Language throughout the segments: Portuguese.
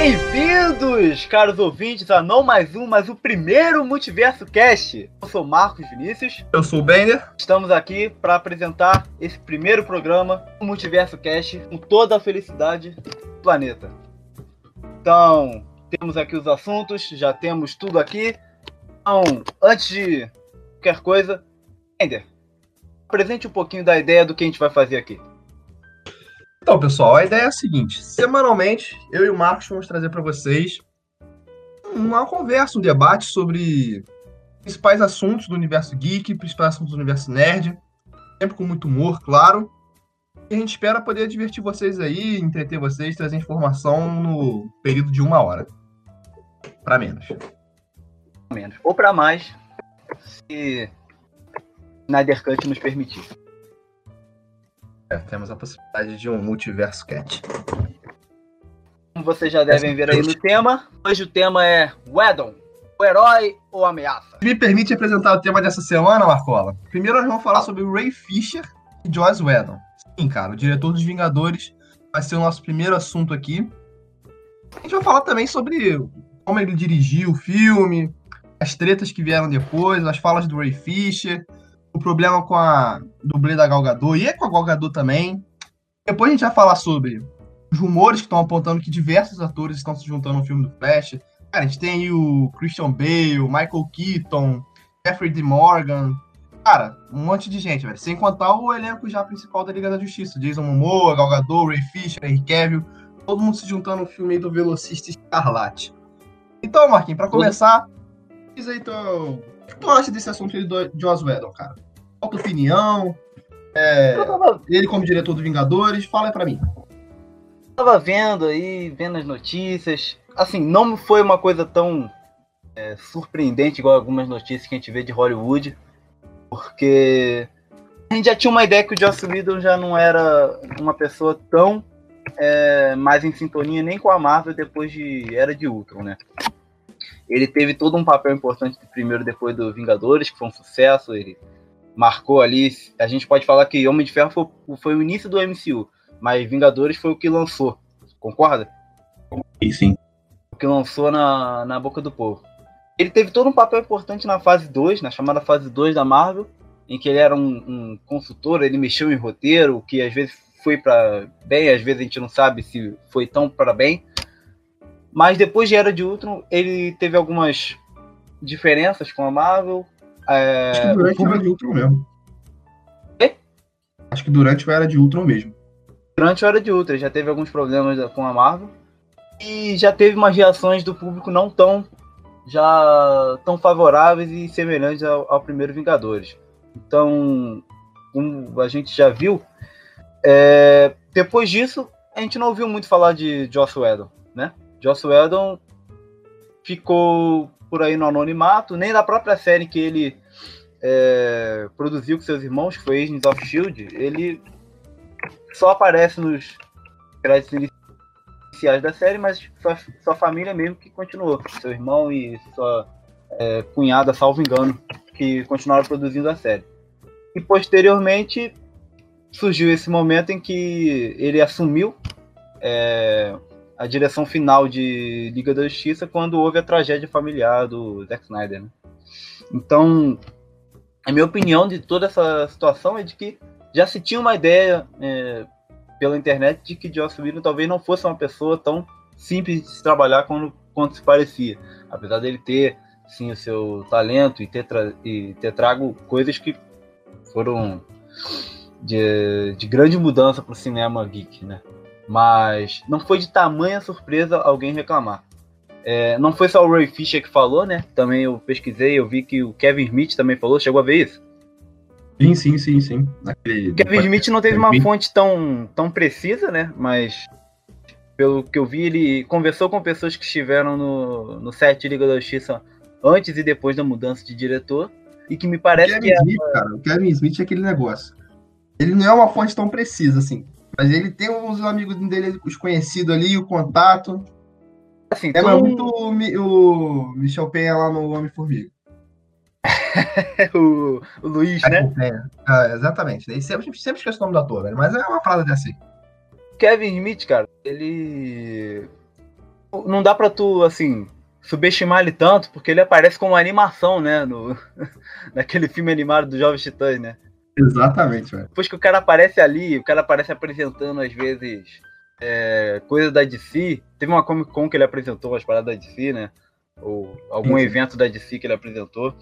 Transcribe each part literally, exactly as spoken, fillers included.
Bem-vindos, caros ouvintes, a não mais um, mas o primeiro Multiverso Cast. Eu sou Marcos Vinícius. Eu sou o Bender. Estamos aqui para apresentar esse primeiro programa, o Multiverso Cast, com toda a felicidade do planeta. Então, temos aqui os assuntos, já temos tudo aqui. Então, antes de qualquer coisa, Bender, apresente um pouquinho da ideia do que a gente vai fazer aqui. Então, pessoal, a ideia é a seguinte. Semanalmente, eu e o Marcos vamos trazer para vocês uma conversa, um debate sobre principais assuntos do universo geek, principais assuntos do universo nerd, sempre com muito humor, claro. E a gente espera poder divertir vocês aí, entreter vocês, trazer informação no período de uma hora. Para menos. menos. Ou para mais, se Snyder Cut nos permitir. É, temos a possibilidade de um multiverso cat. Como vocês já devem ver aí no tema, hoje o tema é Whedon, o herói ou a ameaça? Me permite apresentar o tema dessa semana, Marcola? Primeiro nós vamos falar sobre o Ray Fisher e Joss Whedon. Sim, cara, o diretor dos Vingadores vai ser o nosso primeiro assunto aqui. A gente vai falar também sobre como ele dirigiu o filme, as tretas que vieram depois, as falas do Ray Fisher, o problema com a dublê da Gal Gadot e com a Gal Gadot também. Depois a gente vai falar sobre os rumores que estão apontando que diversos atores estão se juntando no filme do Flash. Cara, a gente tem aí o Christian Bale, Michael Keaton, Jeffrey D. Morgan. Cara, um monte de gente, velho. Sem contar o elenco já principal da Liga da Justiça. Jason Momoa, Gal Gadot, Ray Fisher, Henry Cavill. Todo mundo se juntando no filme aí do Velocista Escarlate. Então, Marquinhos, pra começar, diz aí teu... o que tu acha desse assunto aí do Joss Whedon, cara? Qual a tua opinião? É... Ele como diretor do Vingadores, fala aí pra mim. Tava vendo aí, vendo as notícias. Assim, não foi uma coisa tão é, surpreendente igual algumas notícias que a gente vê de Hollywood, porque a gente já tinha uma ideia que o Joss Whedon já não era uma pessoa tão é, mais em sintonia nem com a Marvel depois de Era de Ultron, né? Ele teve todo um papel importante primeiro depois do Vingadores, que foi um sucesso, ele marcou ali, a gente pode falar que Homem de Ferro foi, foi o início do M C U, mas Vingadores foi o que lançou, concorda? Sim, sim. O que lançou na, na boca do povo. Ele teve todo um papel importante na fase dois, na chamada fase dois da Marvel, em que ele era um, um consultor, ele mexeu em roteiro, que às vezes foi para bem, às vezes a gente não sabe se foi tão para bem. Mas depois de Era de Ultron, ele teve algumas diferenças com a Marvel. É... Acho que durante o Era de Ultron mesmo. Quê? Acho que durante o Era de Ultron mesmo. Durante o Era de Ultron, já teve alguns problemas com a Marvel. E já teve umas reações do público não tão, já, tão favoráveis e semelhantes ao, ao primeiro Vingadores. Então, como a gente já viu, é... depois disso, a gente não ouviu muito falar de Joss Whedon, né? Joss Whedon ficou por aí no anonimato, nem da própria série que ele é, produziu com seus irmãos, que foi Agents of S H I E L D, ele só aparece nos créditos iniciais da série, mas sua, sua família mesmo que continuou, seu irmão e sua é, cunhada, salvo engano, que continuaram produzindo a série. E posteriormente surgiu esse momento em que ele assumiu é, a direção final de Liga da Justiça quando houve a tragédia familiar do Zack Snyder, né? Então, a minha opinião de toda essa situação é de que já se tinha uma ideia é, pela internet de que Joss Whedon talvez não fosse uma pessoa tão simples de se trabalhar quanto, quanto se parecia, apesar dele ter sim o seu talento e ter, tra- e ter trago coisas que foram de, de grande mudança para o cinema geek, né? Mas não foi de tamanha surpresa alguém reclamar. É, não foi só o Ray Fisher que falou, né? Também eu pesquisei, eu vi que o Kevin Smith também falou. Chegou a ver isso? Sim, sim, sim, sim. Aquele... O Kevin Smith não teve uma fonte tão, tão precisa, né? Mas pelo que eu vi, ele conversou com pessoas que estiveram no, no set de Liga da Justiça antes e depois da mudança de diretor. E que me parece Kevin que... Smith, é... cara, o Kevin Smith é aquele negócio. Ele não é uma fonte tão precisa, assim. Mas ele tem os amigos dele, os conhecidos ali, o contato. Assim, Lembra todo... muito o, o Michel Penha lá no Homem-Formiga. o, o Luiz, né? Penha. Ah, exatamente. Ele sempre, sempre esquece o nome do ator, velho. Mas é uma parada dessa aí. Kevin Smith, cara, ele não dá pra tu, assim, subestimar ele tanto, porque ele aparece como animação, né? No, naquele filme animado dos Jovens Titãs, né? Exatamente, velho. Depois que o cara aparece ali, o cara aparece apresentando, às vezes, é, coisa da D C. Teve uma Comic Con que ele apresentou as paradas da D C, né? Ou algum Sim, sim. evento da D C que ele apresentou.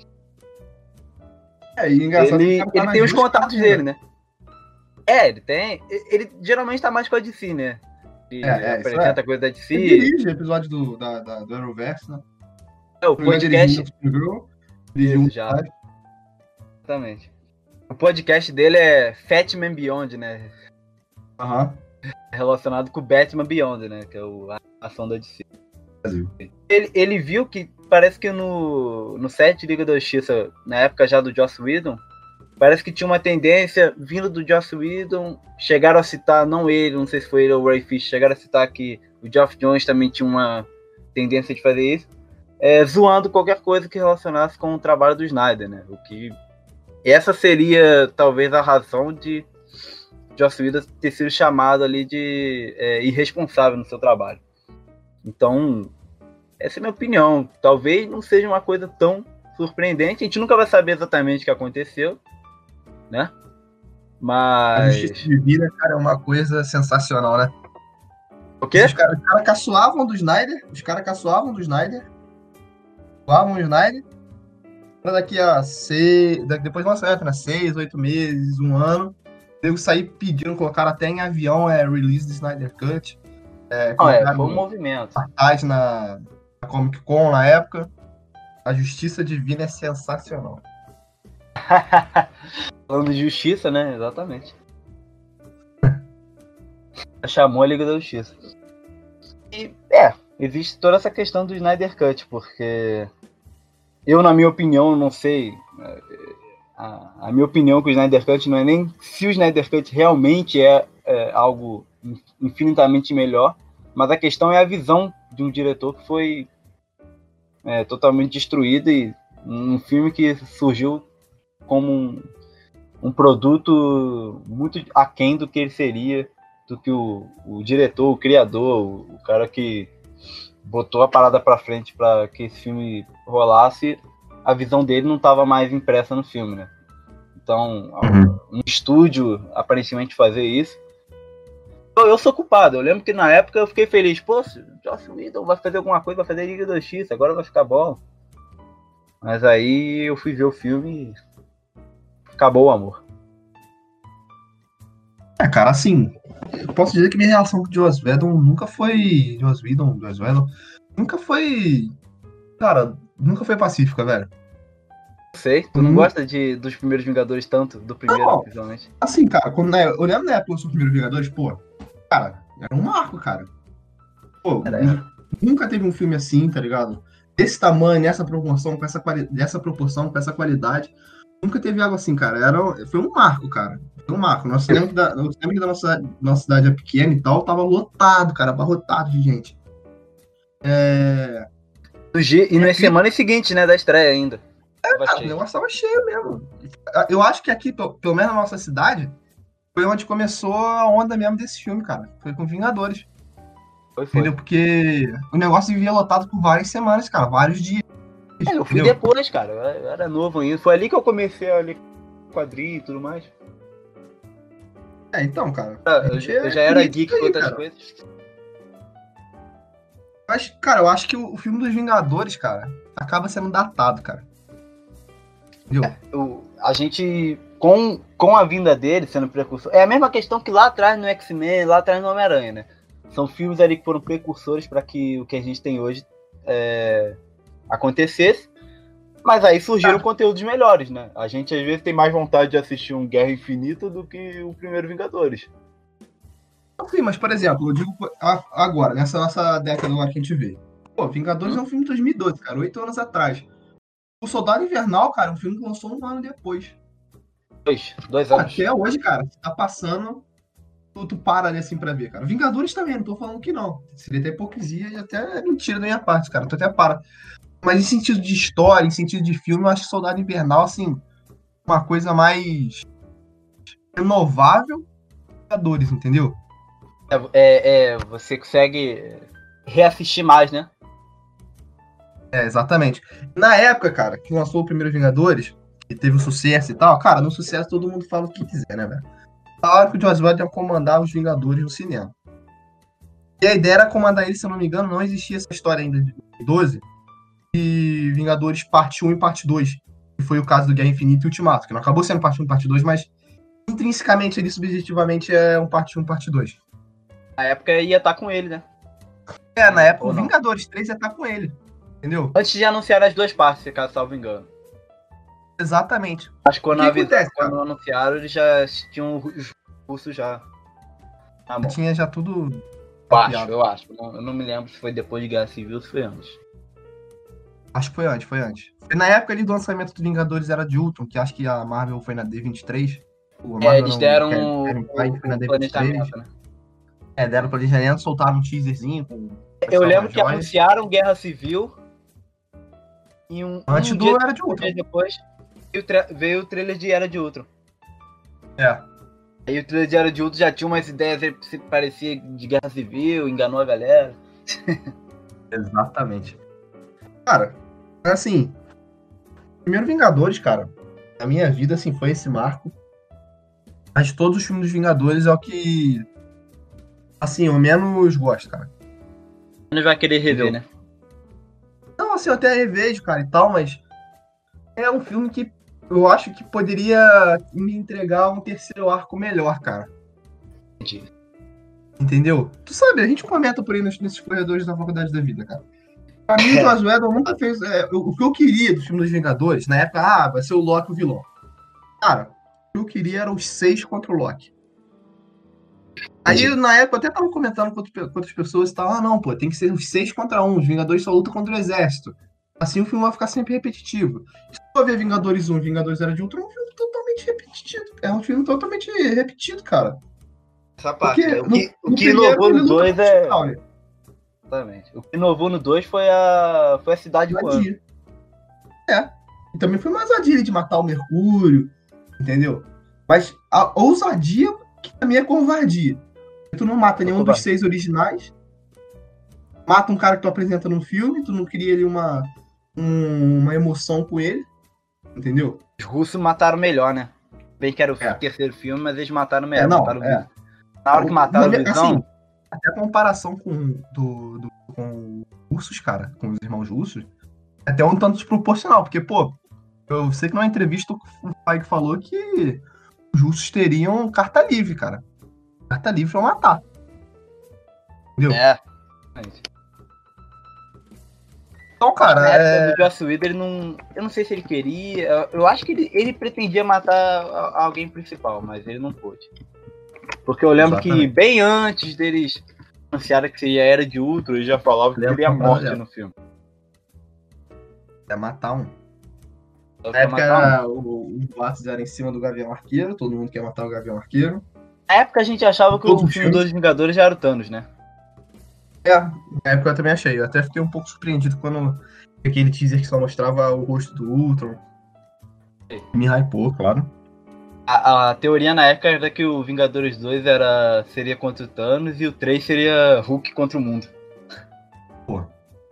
É, e engraçado Ele, que o cara tá ele nas tem os duas contatos páginas, dele, né? É, ele tem. Ele geralmente tá mais com a D C, né? Ele É, é, isso apresenta é. coisa da Ele D C. dirige episódio do, da, da, do Arrowverse, né? É, o Não é dirigindo podcast. Supergirl, dirigiu Isso, um já. Exatamente. O podcast dele é Fatman Beyond, né? Aham. Relacionado com o Batman Beyond, né? Que é o, a ação da D C. Brasil. Ele, ele viu que parece que no, no set de Liga da Justiça, na época já do Joss Whedon, parece que tinha uma tendência vindo do Joss Whedon. Chegaram a citar, não ele, não sei se foi ele ou o Ray Fisher, chegaram a citar que o Geoff Jones também tinha uma tendência de fazer isso, é, zoando qualquer coisa que relacionasse com o trabalho do Snyder, né? O que essa seria talvez a razão de Joss Whedon ter sido chamado ali de é, irresponsável no seu trabalho. Então, essa é a minha opinião. Talvez não seja uma coisa tão surpreendente. A gente nunca vai saber exatamente o que aconteceu, né? A Mas... Justiça Divina, cara, é uma coisa sensacional, né? O quê? Os caras cara caçoavam do Snyder, os caras caçoavam do Snyder, caçoavam o Snyder, pra daqui a seis, depois de uma certa, né? Seis, oito meses, um ano, eu saí pedindo, colocaram até em avião, é, release do Snyder Cut, é, Não, é, colocaram foi um movimento. cartaz na, na Comic Con na época. A Justiça Divina é sensacional. Falando de justiça, né? Exatamente. Chamou a Liga da Justiça. E, é, existe toda essa questão do Snyder Cut, porque eu, na minha opinião, não sei. A, a minha opinião com o Snyder Cut não é nem se o Snyder Cut realmente é, é algo infinitamente melhor, mas a questão é a visão de um diretor que foi é, totalmente destruída e um filme que surgiu como um, um produto muito aquém do que ele seria, do que o, o diretor, o criador, o, o cara que botou a parada pra frente para que esse filme rolasse, a visão dele não estava mais impressa no filme, né? Então, uhum. um estúdio aparentemente fazer isso. Eu, eu sou culpado. Eu lembro que na época eu fiquei feliz. Pô, Joss Whedon vai fazer alguma coisa, vai fazer Liga da Justiça, agora vai ficar bom. Mas aí eu fui ver o filme e acabou o amor. É, cara, assim, eu posso dizer que minha relação com o Joss Whedon nunca foi... Joss Whedon, Joss Whedon, nunca foi... Cara, nunca foi pacífica, velho. Sei, tu não hum. gosta de, dos primeiros Vingadores tanto, do primeiro, não, principalmente? Assim, cara, quando, né, eu lembro na época dos primeiros Vingadores, pô, cara, era um marco, cara. Pô, era. Nunca teve um filme assim, tá ligado? Desse tamanho, nessa proporção, com essa, quali- dessa proporção, com essa qualidade. Nunca teve algo assim, cara. Era, foi um marco, cara. Foi um marco. Nós lembro que da, nós lembro que da nossa, nossa cidade é pequena e tal, tava lotado, cara, abarrotado de gente. É... E nas semanas seguintes, né, da estreia ainda. É, cara, o negócio tava cheio mesmo. Eu acho que aqui, pelo menos na nossa cidade, foi onde começou a onda mesmo desse filme, cara. Foi com Vingadores. Foi, foi. Entendeu? Porque o negócio vivia lotado por várias semanas, cara, vários dias. É, eu fui entendeu? Depois, cara. Eu era novo ainda. Foi ali que eu comecei a ler quadrinho e tudo mais. É, então, cara. Ah, eu, já, eu já era geek com outras cara. coisas. Mas, cara, eu acho que o, o filme dos Vingadores, cara, acaba sendo datado, cara. É, o, a gente, com, com a vinda dele sendo precursor, é a mesma questão que lá atrás no X-Men, lá atrás no Homem-Aranha, né? São filmes ali que foram precursores para que o que a gente tem hoje é, acontecesse, mas aí surgiram ah. conteúdos melhores, né? A gente às vezes tem mais vontade de assistir um Guerra Infinita do que o primeiro Vingadores. Sim, mas por exemplo, eu digo agora, nessa nossa década lá que a gente vê. Pô, Vingadores hum. é um filme de dois mil e doze, cara, oito anos atrás. O Soldado Invernal, cara, um filme que lançou um ano depois. Dois, dois anos. Até hoje, cara, tá passando, tu, tu para ali assim pra ver, cara. Vingadores também, não tô falando que não. Seria até hipocrisia e até mentira da minha parte, cara. Tu até para. Mas em sentido de história, em sentido de filme, eu acho que Soldado Invernal, assim, uma coisa mais renovável Vingadores, entendeu? É, é, você consegue reassistir mais, né? É, exatamente. Na época, cara, que lançou o primeiro Vingadores, que teve um sucesso e tal, cara, no sucesso todo mundo fala o que quiser, né, velho? Na hora que o Joss Whedon ia comandar os Vingadores no cinema. E a ideia era comandar ele, se eu não me engano, não existia essa história ainda de doze, e Vingadores parte um e parte dois, que foi o caso do Guerra Infinita e Ultimato, que não acabou sendo parte um e parte dois, mas intrinsecamente ali, subjetivamente, é um parte um e parte dois. Na época ia estar com ele, né? É, na época Ou o não. Vingadores três ia estar com ele, entendeu? Antes de anunciar as duas partes, se caso salvo engano. Exatamente. Acho que quando, O que avis... acontece, quando cara? anunciaram, eles já tinham os russos já. Ah, bom. Tinha já tudo Eu acho, mapeado. eu acho. Não- Eu não me lembro se foi depois de Guerra Civil ou se foi antes. Acho que foi antes, foi antes. Foi na época ali do lançamento do Vingadores Era de Ultron, que acho que a Marvel foi na D vinte e três. O É, Marvel eles não, deram Kevin o, Kevin Feige foi na o D vinte e três. planejamento, né? É, deram o planejamento, soltaram um teaserzinho com Eu lembro que joias. anunciaram Guerra Civil e um, Antes um do dia, Era de um Ultron. dia depois veio o, tra- veio o trailer de Era de Ultron. É, Aí o trailer de Era de Ultron já tinha umas ideias aí que parecia de Guerra Civil, enganou a galera. exatamente. Cara, assim, primeiro Vingadores, cara, na minha vida, assim, foi esse marco. Mas todos os filmes dos Vingadores é o que, assim, eu menos gosto, cara. Não vai querer rever, Entendeu? né? Não, assim, eu até revejo, cara, e tal, mas é um filme que eu acho que poderia me entregar um terceiro arco melhor, cara. Entendi. Entendeu? Tu sabe, a gente comenta por aí nos- nesses corredores da faculdade da vida, cara. Pra mim, o Joss Whedon nunca fez... é, o, o que eu queria do filme dos Vingadores, na época, ah, vai ser o Loki o vilão. Cara, o que eu queria era os seis contra o Loki. Aí, Entendi. na época, eu até tava comentando com outra- com outras pessoas e tal, ah, não, pô, tem que ser os seis contra um, os Vingadores só lutam contra o exército. Assim o filme vai ficar sempre repetitivo. Se tu for ver Vingadores um e Vingadores Era de Ultron, é um filme totalmente repetido. É um filme totalmente repetido, cara. Essa parte, Porque né? O no, que, o no que primeiro inovou ele no luta dois contra o é. Chitauri. Exatamente. O que inovou no dois foi a, foi a cidade voando. Ousadia. É. E também foi uma ousadia de matar o Mercúrio, entendeu? Mas a ousadia que também é covardia. Tu não mata nenhum dos seis originais, mata um cara que tu apresenta no filme, tu não cria ali uma, um- uma emoção com ele, entendeu? Os russos mataram melhor, né? Bem que era o É. terceiro filme, mas eles mataram É, melhor. não, mataram o é. Visão. Na hora que mataram o Visão, Assim, até a comparação com, do, do- com os russos, cara, com os irmãos russos, é até um tanto desproporcional, porque, pô, eu sei que numa entrevista o pai falou que os russos teriam carta livre, cara. Carta livre pra matar. Entendeu? é. Então, cara, Na época é... do Joss Whedon, ele não. Eu não sei se ele queria. Eu acho que ele, ele pretendia matar a- alguém principal, mas ele não pôde. Porque eu lembro que Exatamente. bem antes deles anunciarem que seria Era de Ultron, ele já falava que Lembro teria que eu morte lembro. no filme. é matar um. Só Na que época matar um. era, o- os boatos eram em cima do Gavião Arqueiro, todo mundo quer matar o Gavião Arqueiro. Na época a gente achava que Todos o os filme filmes. dos Vingadores já era o Thanos, né? É, na época eu também achei. Eu até fiquei um pouco surpreendido quando aquele teaser que só mostrava o rosto do Ultron. Me hypou, claro. A, a teoria na época era que o Vingadores dois era, seria contra o Thanos e o três seria Hulk contra o mundo. Pô.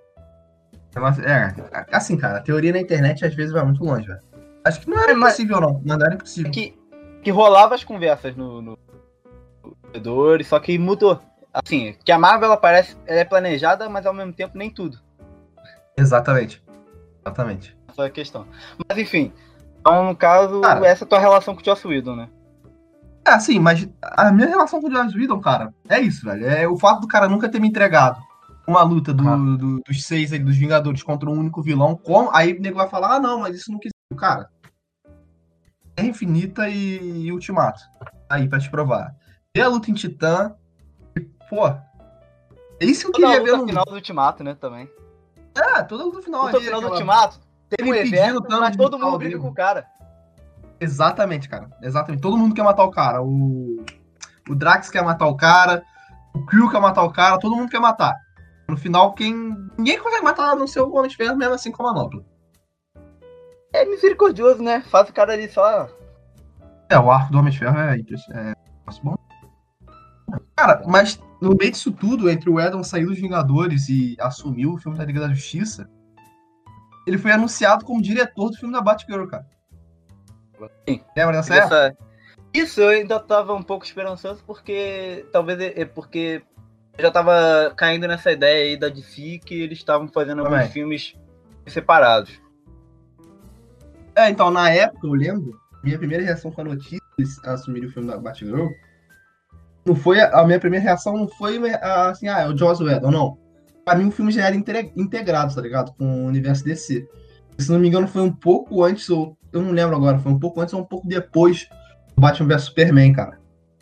É, assim, cara, a teoria na internet às vezes vai muito longe, velho. Acho que não era É, mas- impossível, não. Mas não era impossível. Que, que rolava as conversas no, no, no Vingadores, só que mudou. Assim, que a Marvel ela parece, ela é planejada, mas ao mesmo tempo nem tudo. Exatamente. Exatamente. Essa é a questão. Mas enfim, então no caso, Cara. essa é a tua relação com o Joss Whedon, né? É, assim, mas a minha relação com o Joss Whedon, cara, é isso, velho. É o fato do cara nunca ter me entregado uma luta do, Aham. do- dos seis aí, dos Vingadores contra um único vilão. Com... Aí o nego vai falar, ah, não, mas isso não quis. Cara, Guerra Infinita e, e Ultimato. Aí, pra te provar. Ver a luta em Titã. E, pô, é isso que eu Toda a queria luta ver no. final do Ultimato, né, também. É, toda a luta final Luta ali. final do aquela- Ultimato, tem um Ele pedindo exército, o Thanos mas de todo matar mundo o briga amigo. com o cara. Exatamente, cara. Exatamente. Todo mundo quer matar o cara. O, o Drax quer matar o cara. O Quill quer matar o cara. Todo mundo quer matar. No final, quem. Ninguém consegue matar no seu Homem de Ferro, mesmo assim como a Manopla. É misericordioso, né? Faz o cara ali só. É, o arco do Homem de Ferro é. é... Nossa, bom. Cara, mas no meio disso tudo, entre o Whedon sair dos Vingadores e assumir o filme da Liga da Justiça, ele foi anunciado como diretor do filme da Batgirl, cara. Sim. Lembra dessa época? Essa... Isso eu ainda tava um pouco esperançoso, porque talvez é porque eu já tava caindo nessa ideia aí da D C que eles estavam fazendo Também. alguns filmes separados. É, então, na época, eu lembro, minha primeira reação com a notícia de assumir o filme da Batgirl, não foi, a minha primeira reação não foi assim, ah, é o Joss Whedon, não. Pra mim o filme já era integrado, tá ligado? Com o universo D C. Se não me engano, foi um pouco antes, ou eu não lembro agora, foi um pouco antes ou um pouco depois do Batman versus Superman, cara.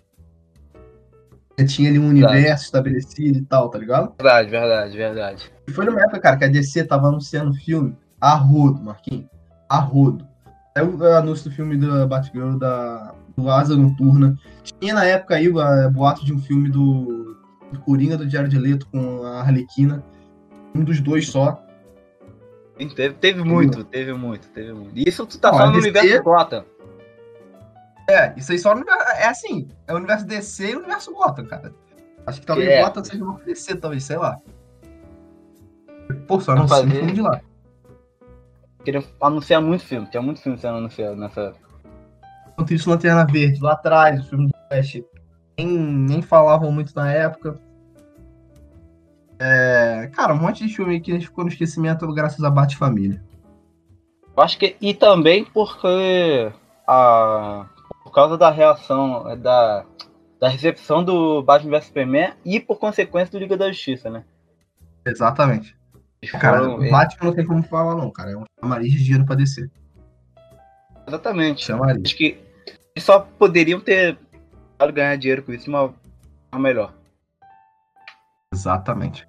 Já tinha ali um universo verdade. estabelecido e tal, tá ligado? Verdade, verdade, verdade. E foi numa época, cara, que a D C tava anunciando filme a rodo, Marquinhos. A rodo. Aí o anúncio do filme da Batgirl, da, do Asa Noturna. Tinha na época aí o boato de um filme do, do Coringa, do Jared Leto com a Arlequina. Um dos dois só. Teve, teve muito, teve muito, teve muito. E isso tu tá Não, só no D C... universo Gotham. É, isso aí só no universo... É assim, é o universo D C e o universo Gotham, cara. Acho que talvez é. Gotham seja uma D C, talvez, sei lá. Pô, só não sei o filme de lá. Queriam anunciar muito filme, tinha muito filme sendo anunciado nessa época. Enquanto isso, Lanterna Verde, lá atrás, o filme do Flash, nem, nem falavam muito na época. É, cara, um monte de filme que a gente ficou no esquecimento graças a Bat-Família. Eu acho que, e também porque a, por causa da reação, da, da recepção do Batman versus Superman e por consequência do Liga da Justiça, né? Exatamente. Cara, o Batman não tem como falar não, cara, é um chamariz de dinheiro pra descer. Exatamente. Chamariz. Acho que eles só poderiam ter ganhar dinheiro com isso, uma, uma melhor. Exatamente.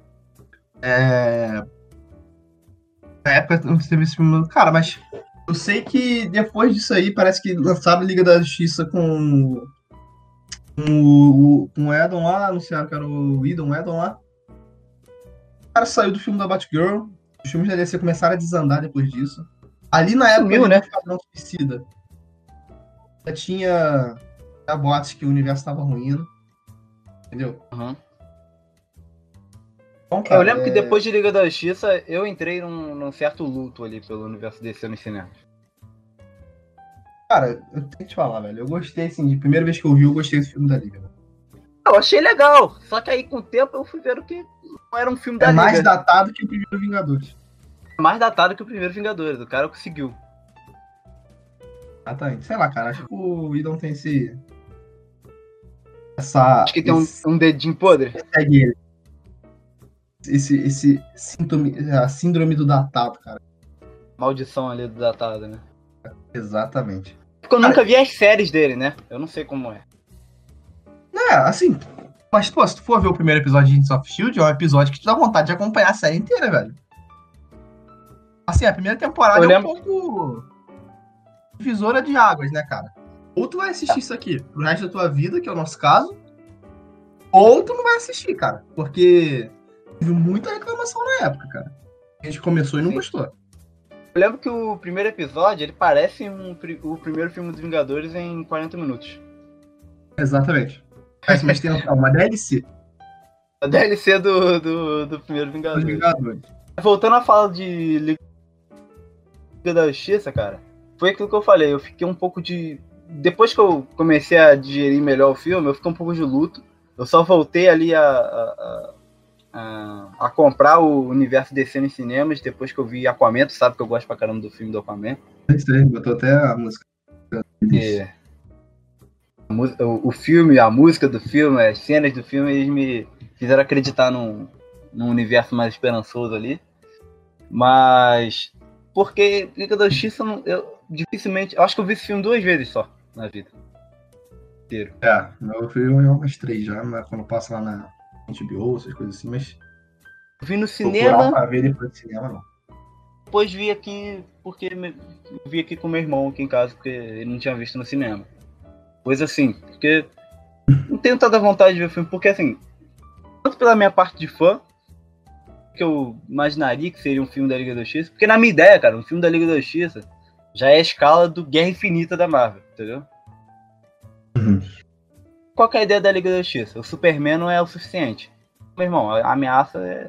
É... Na época não teve esse filme. Cara, mas eu sei que depois disso aí parece que lançaram a Liga da Justiça com, com o, com o Edon lá, anunciaram que era o Idon Edon lá. O cara saiu do filme da Batgirl. Os filmes da D C começaram a desandar depois disso. Ali na Sumiu, época né? do Esquadrão Suicida já tinha a boatos que o universo estava ruindo. Entendeu? Uhum. Bom, cara, eu lembro é... que depois de Liga da Justiça, eu entrei num, num certo luto ali pelo universo D C no cinema. Cara, eu tenho que te falar, velho. Eu gostei, assim, de primeira vez que eu vi, eu gostei desse filme da Liga. Eu achei legal, só que aí com o tempo eu fui vendo que não era um filme da é Liga. É mais datado que o primeiro Vingadores. É mais datado que o primeiro Vingadores, o cara conseguiu. Ah, tá. Sei lá, cara, acho que o Idon tem esse... Essa... Acho que tem esse... um, um dedinho podre. Segue ele. Esse, esse síndrome, a síndrome do datado, cara. Maldição ali do datado, né? Exatamente. Porque eu cara, nunca vi as séries dele, né? Eu não sei como é. É, assim... Mas, pô, se tu for ver o primeiro episódio de Agents of Shield, é um episódio que te dá vontade de acompanhar a série inteira, velho. Assim, a primeira temporada eu é um lembro... pouco... divisora de águas, né, cara? Ou tu vai assistir isso aqui pro resto da tua vida, que é o nosso caso, ou tu não vai assistir, cara. Porque teve muita reclamação na época, cara. A gente começou e não Sim. gostou. Eu lembro que o primeiro episódio, ele parece um, o primeiro filme dos Vingadores em quarenta minutos. Exatamente. Parece uma extensão, uma D L C. A D L C do, do, do primeiro Vingadores. Vingadores. Voltando a falar de Liga da Justiça, cara, foi aquilo que eu falei, eu fiquei um pouco de... Depois que eu comecei a digerir melhor o filme, eu fiquei um pouco de luto. Eu só voltei ali a, a, a, a comprar o universo D C nos cinemas, depois que eu vi Aquaman, tu sabe que eu gosto pra caramba do filme do Aquaman. É isso aí, botou até a música. E, o, o filme, a música do filme, as cenas do filme, eles me fizeram acreditar num, num universo mais esperançoso ali. Mas... Porque Liga da Justiça, eu dificilmente... Eu acho que eu vi esse filme duas vezes só na vida. Inteiro. É, eu vi umas três já, mas quando passa lá na H B O, essas coisas assim, mas... Eu vi no cinema... Pra ver depois do cinema, não. Depois vi aqui, porque... Eu vi aqui com meu irmão aqui em casa, porque ele não tinha visto no cinema. Coisa assim, porque... Não tenho tanta vontade de ver o filme, porque assim... Tanto pela minha parte de fã, que eu imaginaria que seria um filme da Liga da Justiça, porque na minha ideia, cara, um filme da Liga da Justiça já é a escala do Guerra Infinita da Marvel, entendeu? Uhum. qual que é a ideia da Liga da Justiça? O Superman não é o suficiente. Meu irmão, a ameaça é...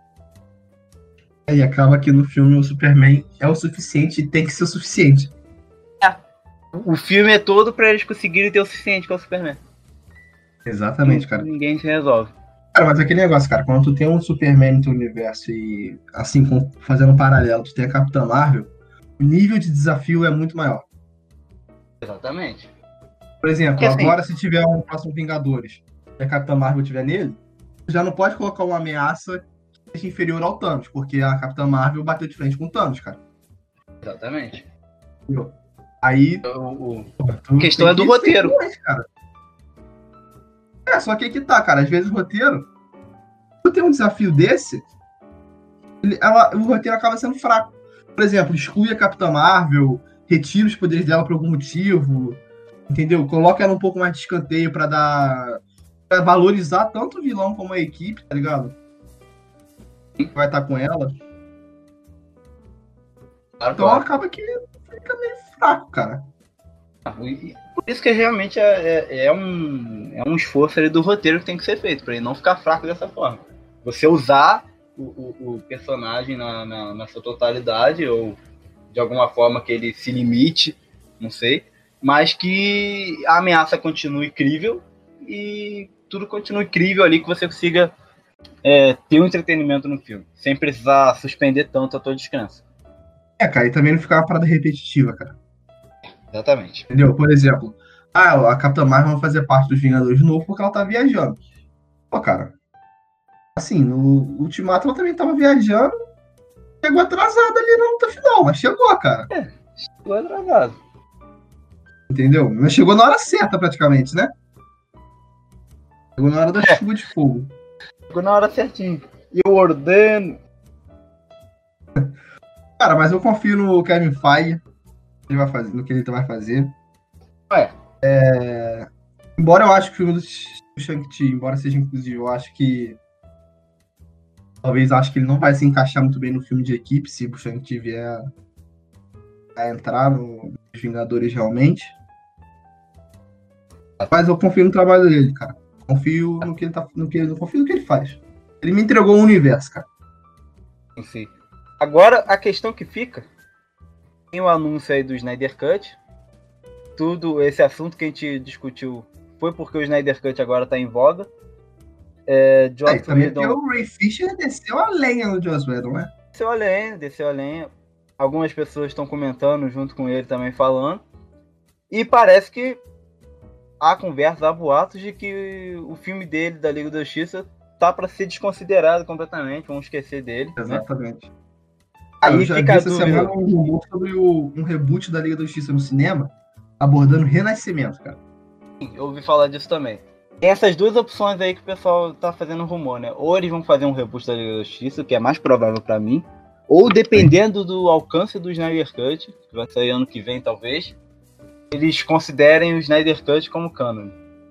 E acaba que no filme o Superman é o suficiente e tem que ser o suficiente. É. O filme é todo pra eles conseguirem ter o suficiente que é o Superman. Exatamente, cara. Ninguém se resolve. Cara, mas aquele negócio, cara, quando tu tem um Superman no teu universo e, assim, com- fazendo um paralelo, tu tem a Capitã Marvel, o nível de desafio é muito maior. Exatamente. Por exemplo, Porque, assim, agora se tiver um próximo Vingadores e a Capitã Marvel estiver nele, tu já não pode colocar uma ameaça que seja inferior ao Thanos, porque a Capitã Marvel bateu de frente com o Thanos, cara. Exatamente. Entendeu? Aí, O, o- tu A questão tem é do que roteiro. ser fluente, cara. É, só que aí que tá, cara. Às vezes o roteiro, tu tem um desafio desse, ele- ela- o roteiro acaba sendo fraco. Por exemplo, exclui a Capitã Marvel, retira os poderes dela por algum motivo, entendeu? Coloca ela um pouco mais de escanteio pra dar. Pra valorizar tanto o vilão como a equipe, tá ligado? Que vai estar com ela. Claro, Então claro. acaba que fica meio fraco, cara. E por isso que realmente é, é, é um, é um esforço ali do roteiro que tem que ser feito, pra ele não ficar fraco dessa forma. Você usar o, o, o personagem na, na, na sua totalidade, ou de alguma forma que ele se limite, não sei, mas que a ameaça continue crível e tudo continue crível ali, que você consiga é, ter um entretenimento no filme, sem precisar suspender tanto a tua descanso. É, cara, e também não ficar uma parada repetitiva, cara. Exatamente. Entendeu? Por exemplo, ah, a Capitã Marvel vai fazer parte dos Vingadores de novo porque ela tá viajando. Pô, cara, assim, no Ultimato ela também tava viajando, chegou atrasada ali na luta final, mas chegou, cara. Chegou atrasado. Entendeu? Mas chegou na hora certa, praticamente, né? Chegou na hora da É. chuva de fogo. Chegou na hora certinho. E eu ordeno. Cara, mas eu confio no Kevin Feige, ele vai fazer, no que ele vai fazer. Ué. É... Embora eu acho que o filme do Shang-Chi, embora seja inclusivo, eu acho que talvez acho que ele não vai se encaixar muito bem no filme de equipe, se o Shang-Chi vier a entrar no Vingadores realmente. Mas eu confio no trabalho dele, cara. Confio no que ele tá, no que ele, eu confio no que ele faz. Ele me entregou o universo, cara. Enfim. Agora a questão que fica, tem o anúncio aí do Snyder Cut. Tudo esse assunto que a gente discutiu foi porque o Snyder Cut agora tá em voga. É, Joss É, e também Whedon porque o Ray Fisher desceu a lenha no Joss Whedon, né? desceu a lenha, desceu a lenha. Algumas pessoas estão comentando junto com ele também falando. E parece que há conversas, há boatos de que o filme dele, da Liga da Justiça, tá para ser desconsiderado completamente. Vamos esquecer dele. Né? Exatamente. Cara, Aí eu já fica vi a essa dúvida. semana um rumor sobre o, um reboot da Liga da Justiça no cinema, abordando o Renascimento, cara. Eu ouvi falar disso também. Tem essas duas opções aí que o pessoal tá fazendo rumor, né? Ou eles vão fazer um reboot da Liga da Justiça, que é mais provável pra mim, ou dependendo do alcance do Snyder Cut, que vai sair ano que vem talvez, eles considerem o Snyder Cut como canon.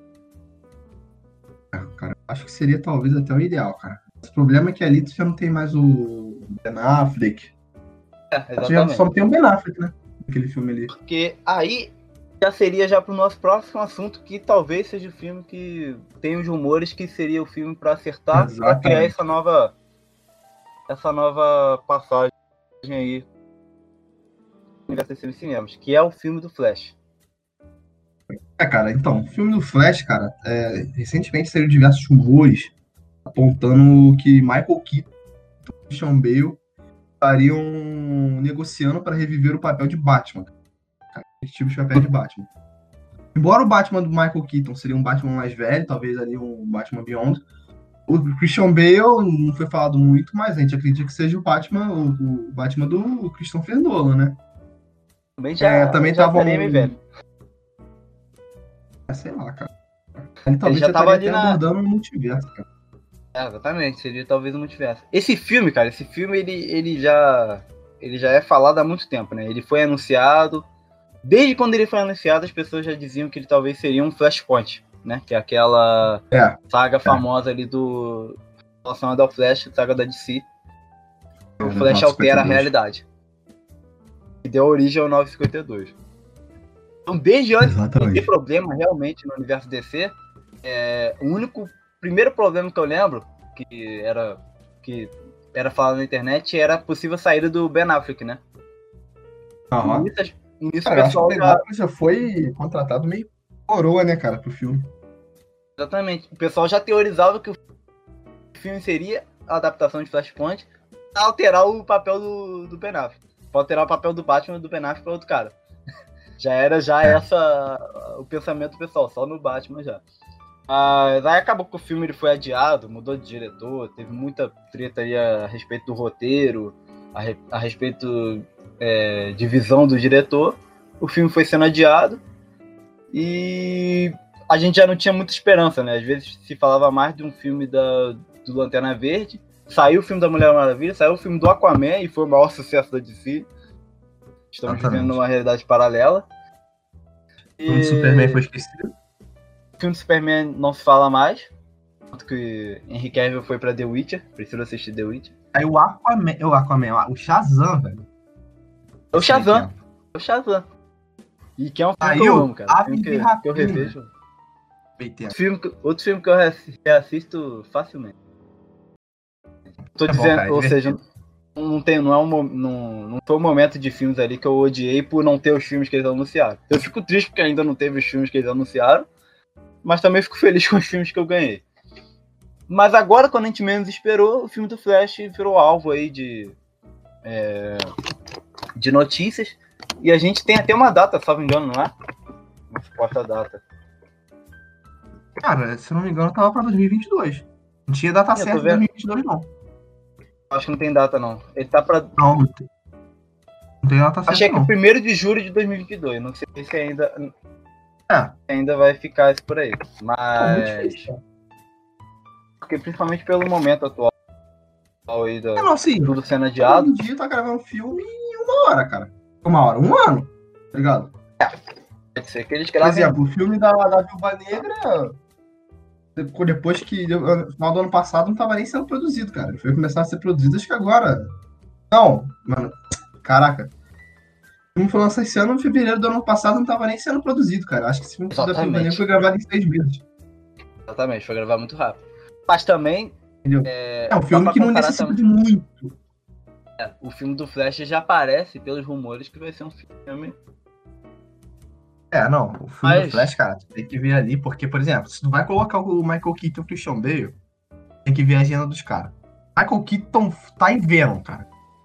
Cara, acho que seria talvez até o ideal, cara. O problema é que ali tu já não tem mais o Ben Affleck. É, Tu já exatamente. só tem o Ben Affleck, né? Aquele filme ali. Porque aí já seria já pro nosso próximo assunto, que talvez seja o filme que tem os rumores que seria o filme pra acertar, pra Exatamente. criar essa nova essa nova passagem aí no universo desse cinemas, que é o filme do Flash. É, cara, então, o filme do Flash, cara, é, recentemente saíram diversos rumores apontando que Michael Keaton e Christian Bale estariam negociando para reviver o papel de Batman. Cara, esse tipo de papel de Batman. Embora o Batman do Michael Keaton seria um Batman mais velho, talvez ali um Batman Beyond, o Christian Bale não foi falado muito, mas a gente acredita que seja o Batman, o, o Batman do Christopher Nolan, né? Também já, É, também já tava estaria um- meio velho. É, sei lá, cara. Ele talvez já já tava estaria ali até na- abordando o multiverso, cara. É, exatamente, seria talvez o multiverso. Esse filme, cara, esse filme ele, ele já ele já é falado há muito tempo, né? Ele foi anunciado, desde quando ele foi anunciado, as pessoas já diziam que ele talvez seria um Flashpoint, né? Que é aquela É, saga famosa ali do relacionada ao Flash, saga da D C. O É, Flash novecentos e altera a cinquenta e dois. realidade. E deu origem ao novecentos e cinquenta e dois. Então, desde antes de Exatamente. ter problema realmente no universo D C, É, o único primeiro problema que eu lembro, que era, que era falado na internet, era a possível saída do Ben Affleck, né? Aham. Início, início Cara, eu acho que o pessoal Ben já, Affleck já foi contratado meio coroa, né, cara, pro filme. exatamente, o pessoal já teorizava que o filme seria a adaptação de Flashpoint pra alterar o papel do, do Ben Affleck. Pra alterar o papel do Batman do Ben Affleck pra outro cara. Já era já É. essa o pensamento pessoal, só no Batman já. Mas aí acabou que o filme ele foi adiado, mudou de diretor, teve muita treta aí a respeito do roteiro, a, re, a respeito é, de visão do diretor. O filme foi sendo adiado e a gente já não tinha muita esperança, né? Às vezes se falava mais de um filme da, do Lanterna Verde, saiu o filme da Mulher Maravilha, saiu o filme do Aquaman e foi o maior sucesso da D C. Estamos Exatamente. vivendo numa realidade paralela. O filme do Superman foi esquecido. O filme do Superman não se fala mais. Tanto que Henry Cavill foi pra The Witcher. Preciso assistir The Witcher. Aí o Aquaman, o Aquaman, o Shazam, velho. É o Shazam. É o Shazam. E que é um filme Aí que eu o amo, cara. Um Aves filme de que, que eu Rapina. revejo. Outro Outro filme, que- outro filme que eu reassi- reassisto facilmente. Tô É bom, dizendo, cara, é ou seja, divertido. não, tem, não, é um, mo- não, não foi um momento de filmes ali que eu odiei por não ter os filmes que eles anunciaram. Eu fico triste porque ainda não teve os filmes que eles anunciaram, mas também fico feliz com os filmes que eu ganhei. Mas agora, quando a gente menos esperou, o filme do Flash virou alvo aí de, é, de notícias. E a gente tem até uma data, se não me engano, não é? Uma suposta data. Cara, se eu não me engano, tava pra dois mil e vinte e dois. Não tinha data Eu tô certa de vendo. dois mil e vinte e dois, não. Acho que não tem data, não. Ele tá pra. Não, não tem, não tem data certa, Achei que não. o primeiro de julho de dois mil e vinte e dois. Não sei se ainda, É, ainda vai ficar isso por aí. é muito Mas. difícil, cara. Porque principalmente pelo momento atual aí, da, É, não, assim, tudo sendo hoje adiado. em dia tá gravando filme em uma hora, cara. Uma hora, um ano, tá ligado? Pode ser que eles Por gravem. exemplo, o filme da, da Viúva Negra, depois depois que, no final do ano passado, não tava nem sendo produzido, cara. Ele foi começar a ser produzido, acho que agora. Não, mano, caraca. O filme foi lançado esse ano, em fevereiro do ano passado, não tava nem sendo produzido, cara. Acho que esse filme da Viúva Exatamente. Negra foi gravado em seis meses. Exatamente, foi gravar muito rápido. Mas também. Entendeu? É, É um dá filme pra que não comparar necessita também. de muito. É, o filme do Flash já aparece pelos rumores que vai ser um filme. É, não, o filme Mas- do Flash, cara, tu tem que ver ali, porque, por exemplo, se tu vai colocar o Michael Keaton e o Christian Bale, tem que ver a agenda dos caras. Michael Keaton tá em Venom, cara.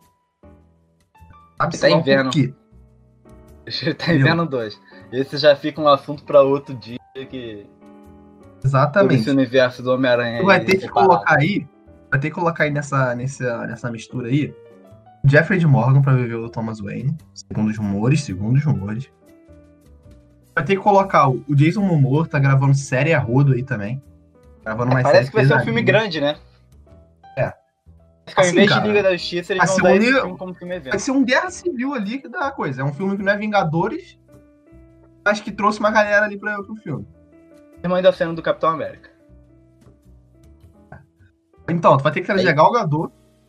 Sabe Ele tá em lá o Venom. porquê. Ele tá em Entendeu? Venom dois. Esse já fica um assunto pra outro dia que. Todo Exatamente. esse universo do Homem-Aranha. Tu vai aí ter que separado. colocar aí, vai ter que colocar aí nessa, nessa, nessa mistura aí, Jeffrey de Morgan pra viver o Thomas Wayne, segundo os rumores, segundo os rumores. Vai ter que colocar o, o Jason Momoa, tá gravando série a rodo aí também. Gravando mais Parece série que vai ser um filme pesadinha. grande, né? É. Acho que ao Assim, invés cara, de Liga da Justiça, eles vai vão ser dar um esse li- filme como filme Vai evento. ser um Guerra Civil ali que dá a coisa. É um filme que não é Vingadores, mas que trouxe uma galera ali pra, pro filme. Irmã da cena do Capitão América. Então, tu vai ter que trazer Aí- a Gal Gadot,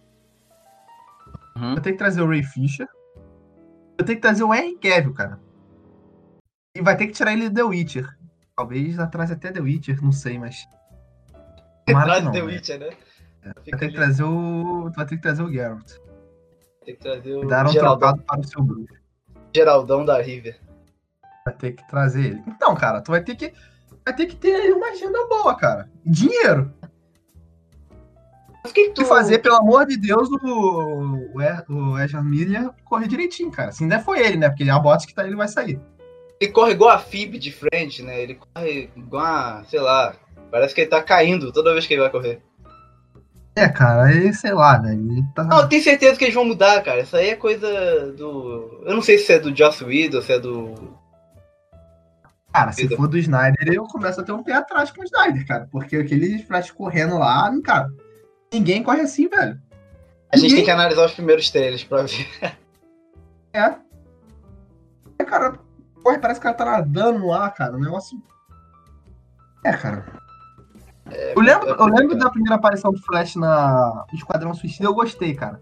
Uhum. vai ter que trazer o Ray Fisher, vai ter que trazer o Henry Cavill, cara. E vai ter que tirar ele do The Witcher. Talvez atrás até The Witcher, não sei, mas... Tomara Traz que não, The né? Witcher, né? Vai ter que trazer o... Tu vai ter que trazer o Geralt. Tem que trazer o Deram um Geraldão, trocado para o seu bruxo. Geraldão da River. Vai ter que trazer ele. Então, cara, tu vai ter que... Vai ter que ter aí uma agenda boa, cara. Dinheiro. Mas o que que tu... E fazer, pelo amor de Deus, o, o, E- o Ezra Miller correr direitinho, cara. Se ainda foi ele, né? Porque a bot que tá ele vai sair. Ele corre igual a Phoebe de frente, né? Ele corre igual a... Sei lá... Parece que ele tá caindo toda vez que ele vai correr. É, cara, aí, sei lá, velho. Ele tá... Não, eu tenho certeza que eles vão mudar, cara. Isso aí é coisa do... Eu não sei se é do Joss Whedon, se é do... Cara, se for do Snyder, eu começo a ter um pé atrás com o Snyder, cara. Porque aquele Flash correndo lá, cara, ninguém corre assim, velho. A gente Ninguém- tem que analisar os primeiros trailers pra ver. É. É, cara, corre, parece que o cara tá nadando no ar, cara. O negócio. É, cara. eu lembro, é eu lembro complicado. da primeira aparição do Flash na Esquadrão Suicida, eu gostei, cara.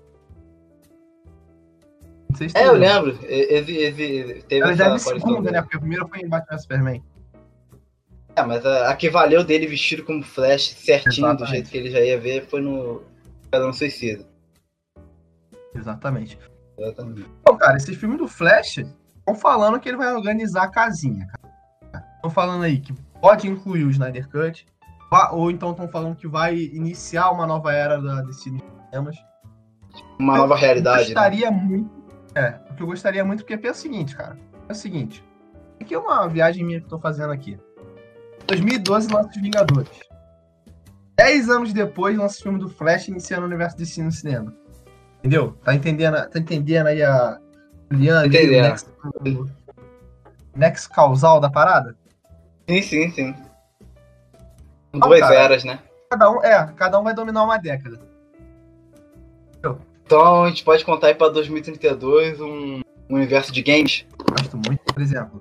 Não sei se tu É, eu lembra. lembro. Ele, ele- ele teve Ela já é essa de aparição segunda, dele. né? Porque a primeira foi em Batman vs Superman. É, mas a, a que valeu dele vestido como Flash, certinho, Exatamente. do jeito que ele já ia ver, foi no Esquadrão Suicida. Exatamente. Exatamente. Então, cara, esse filme do Flash, estão falando que ele vai organizar a casinha, cara. Estão falando aí que pode incluir o Snyder Cut, ou então estão falando que vai iniciar uma nova era da D C nos cinemas. Uma nova realidade, eu gostaria né? muito. É, o que eu gostaria muito, porque pensa o seguinte, cara. É o seguinte. Aqui é uma viagem minha que eu tô fazendo aqui. dois mil e doze lança Os Vingadores. Dez anos depois lança o filme do Flash iniciando o universo D C no cinema. Entendeu? Tá entendendo, tá entendendo aí a Juliana, o next, o next causal da parada? Sim, sim, sim. Então, duas cara, eras, né? Cada um, é, cada um vai dominar uma década. Entendeu? Então a gente pode contar aí pra dois mil e trinta e dois um, um universo de games. Gosto muito, por exemplo.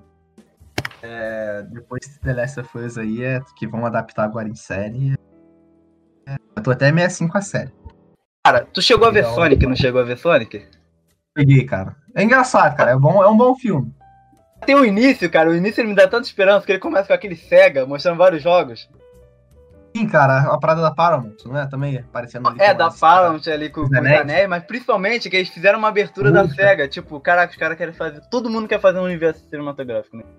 É, depois de The Last of Us aí, é, que vão adaptar agora em série. É, eu tô até sessenta e cinco a série. Cara, tu chegou a ver então, Sonic, não chegou a ver Sonic? Peguei, cara. É engraçado, cara. É, bom, é um bom filme. Tem o início, cara. O início ele me dá tanta esperança, que ele começa com aquele Sega, mostrando vários jogos. Sim, cara. A parada da Paramount, não é? Também aparecendo ali. É, da Paramount ali com, com os anéis, mas principalmente que eles fizeram uma abertura Puta. da Sega. Tipo, caraca, os caras querem fazer... Todo mundo quer fazer um universo cinematográfico, né?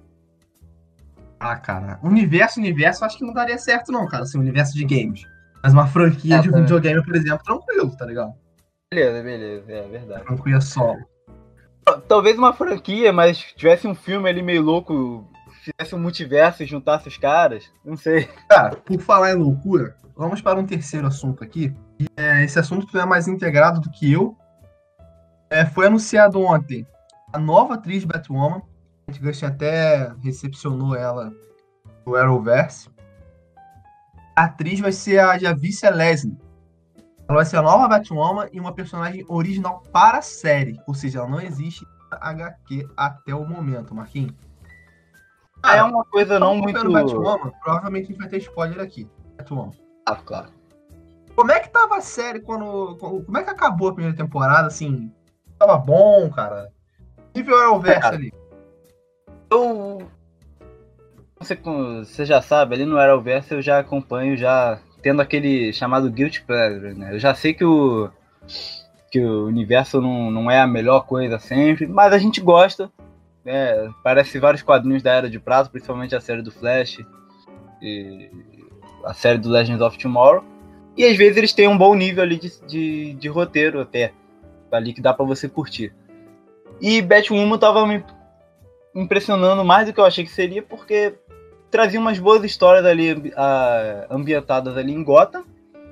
Ah, cara. Universo, universo, acho que não daria certo não, cara. Assim, universo de games. Mas uma franquia é, de também. videogame, por exemplo, tranquilo, tá ligado? Beleza, beleza. É verdade. Franquia solo. Talvez uma franquia, mas tivesse um filme ali meio louco, fizesse um multiverso e juntasse os caras, não sei. Cara, por falar em loucura, vamos para um terceiro assunto aqui. E, é, esse assunto é mais integrado do que eu. É, foi anunciado ontem a nova atriz Batwoman. A gente até recepcionou ela no Arrowverse. A atriz vai ser a Javicia Leslie. Ela vai ser a nova Batwoman e uma personagem original para a série. Ou seja, ela não existe na H Q até o momento, Marquinhos. Cara, é uma coisa não muito... Batwoman, provavelmente a gente vai ter spoiler aqui. Batwoman. Ah, claro. Como é que tava a série quando... Como é que acabou a primeira temporada, assim? Tava bom, cara? Nível Arrowverse é, ali. Eu... Você, você já sabe, ali no Arrowverse eu já acompanho, já... tendo aquele chamado Guilty Pleasure, né? Eu já sei que o, que o universo não, não é a melhor coisa sempre, mas a gente gosta, né? Parece vários quadrinhos da Era de Prata, principalmente a série do Flash e a série do Legends of Tomorrow, e às vezes eles têm um bom nível ali de, de, de roteiro até, ali que dá pra você curtir. E Batwoman tava me impressionando mais do que eu achei que seria, porque trazia umas boas histórias ali uh, ambientadas ali em Gotham,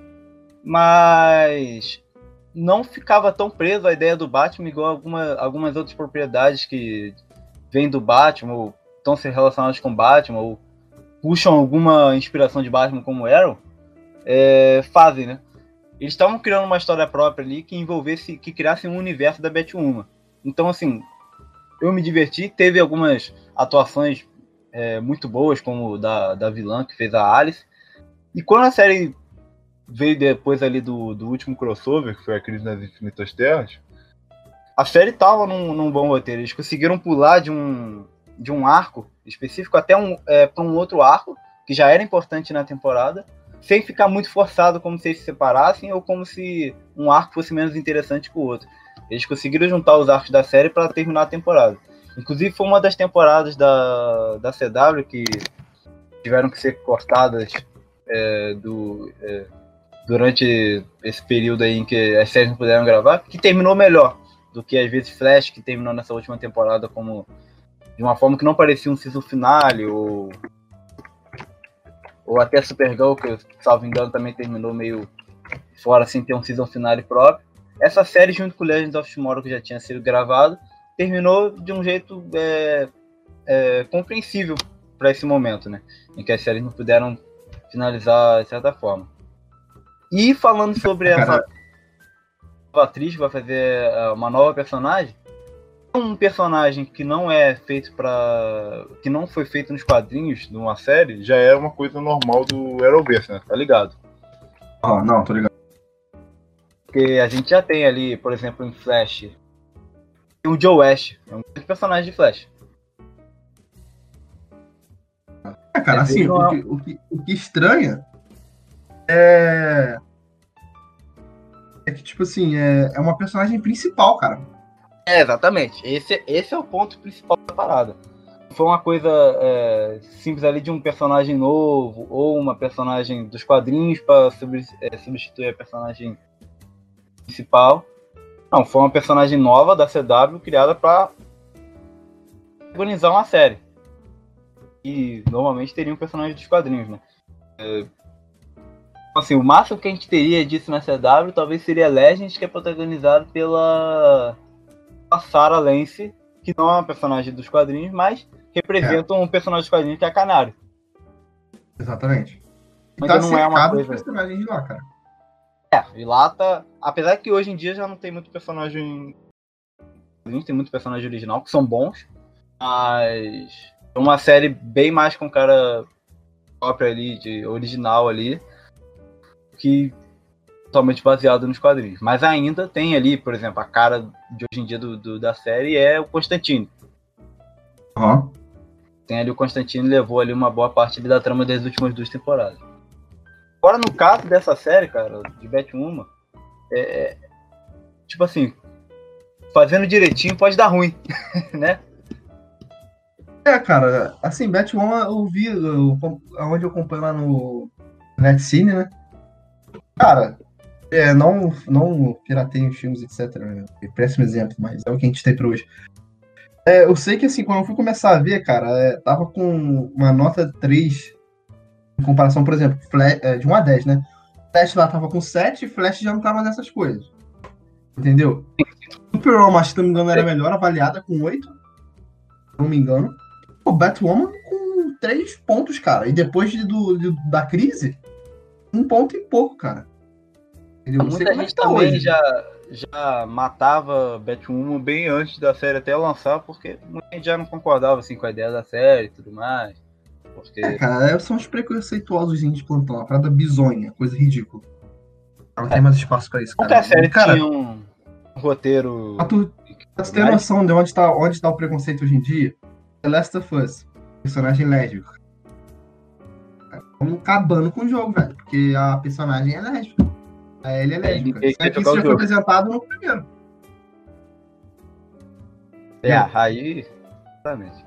mas não ficava tão preso à ideia do Batman igual alguma, algumas outras propriedades que vêm do Batman ou estão se relacionadas com Batman ou puxam alguma inspiração de Batman como Arrow, é, fazem, né? Eles estavam criando uma história própria ali que envolvesse, que criasse um universo da Batwoman. Então, assim, eu me diverti, teve algumas atuações É, muito boas, como da, da vilã que fez a Alice. E quando a série veio depois ali do, do último crossover, que foi a Crise nas Infinitas Terras, a série tava num, num bom roteiro. Eles conseguiram pular de um, de um arco específico até um, é, para um outro arco, que já era importante na temporada, sem ficar muito forçado, como se eles se separassem ou como se um arco fosse menos interessante que o outro. Eles conseguiram juntar os arcos da série para terminar a temporada. Inclusive foi uma das temporadas da, da C W que tiveram que ser cortadas é, do, é, durante esse período aí em que as séries não puderam gravar, que terminou melhor do que às vezes Flash, que terminou nessa última temporada como de uma forma que não parecia um season finale, ou, ou até Supergirl, que, salvo engano, também terminou meio fora sem ter um season finale próprio. Essa série, junto com Legends of Tomorrow, que já tinha sido gravado, terminou de um jeito é, é, compreensível para esse momento, né? Em que as séries não puderam finalizar de certa forma. E falando sobre essa nova atriz que vai fazer uma nova personagem, um personagem que não é feito para, que não foi feito nos quadrinhos de uma série, já é uma coisa normal do Arrowverse, né? Tá ligado? Ah, oh, não, tô ligado. Porque a gente já tem ali, por exemplo, em Flash, o Joe Ash, é um personagem de Flash. É, cara, Às assim, vezes não o é- que, o, que, o que estranha é. É que, tipo assim, é, é uma personagem principal, cara. É, exatamente. Esse, esse é o ponto principal da parada. Foi uma coisa é, simples ali de um personagem novo ou uma personagem dos quadrinhos para é, substituir a personagem principal. Não, foi uma personagem nova da C W criada para organizar uma série. E normalmente teria um personagem dos quadrinhos, né? É, assim, o máximo que a gente teria disso na C W talvez seria Legends, que é protagonizado pela Sarah Lance, que não é uma personagem dos quadrinhos, mas representa é. um personagem dos quadrinhos que é Canário. Exatamente. E Ainda tá não é uma cercado coisa... de personagens de lá, cara. É, e lá tá... Apesar que hoje em dia já não tem muito personagem... Tem muito personagem original, que são bons, mas é uma série bem mais com cara própria ali, de original ali, que totalmente baseado nos quadrinhos. Mas ainda tem ali, por exemplo, a cara de hoje em dia do, do da série é o Constantine. Uhum. Tem ali o Constantine, levou ali uma boa parte ali da trama das últimas duas temporadas. Agora, no caso dessa série, cara, de Batwoman, é, é tipo assim, fazendo direitinho pode dar ruim, né? É, cara, assim, Batwoman eu vi, eu, onde eu acompanho lá no Netcine, né? Cara, é, não, não pirateiem os filmes, etcétera. Né? Péssimo exemplo, mas é o que a gente tem pra hoje. É, eu sei que, assim, quando eu fui começar a ver, cara, é, tava com uma nota três em comparação, por exemplo, Flash, é, de um a dez, né? Flash lá tava com sete, Flash já não tava nessas coisas. Entendeu? Superwoman, se não me engano, era melhor avaliada com oito. Se não me engano. O Batwoman com três pontos, cara. E depois de, do, de, da crise, um ponto e pouco, cara. Entendeu? Não sei Muita como é gente que tá também hoje. já, já matava Batwoman bem antes da série até lançar, porque muita gente já não concordava assim, com a ideia da série e tudo mais. Porque... É, cara, são os preconceituosos de plantão. A parada bizonha, coisa ridícula. Não tem mais espaço pra isso, cara. Porque a série e, cara, tinha um roteiro... Pra tu, pra tu ter noção de onde tá, onde tá o preconceito hoje em dia, The Last of Us, personagem lésbico. Estamos acabando com o jogo, velho. Porque a personagem é lésbica. A Ellie é lésbica. É, Só que isso já foi apresentado no primeiro. É, aí... Exatamente.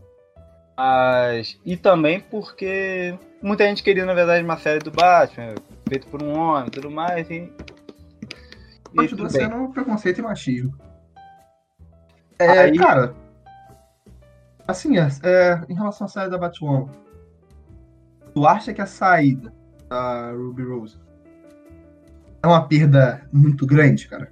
Mas... E também porque muita gente queria, na verdade, uma série do Batman, feito por um homem e tudo mais, e... Continua sendo um preconceito e machismo. É, aí... cara... Assim, é, é, em relação à saída da Batwoman, tu acha que a saída da Ruby Rose é uma perda muito grande, cara?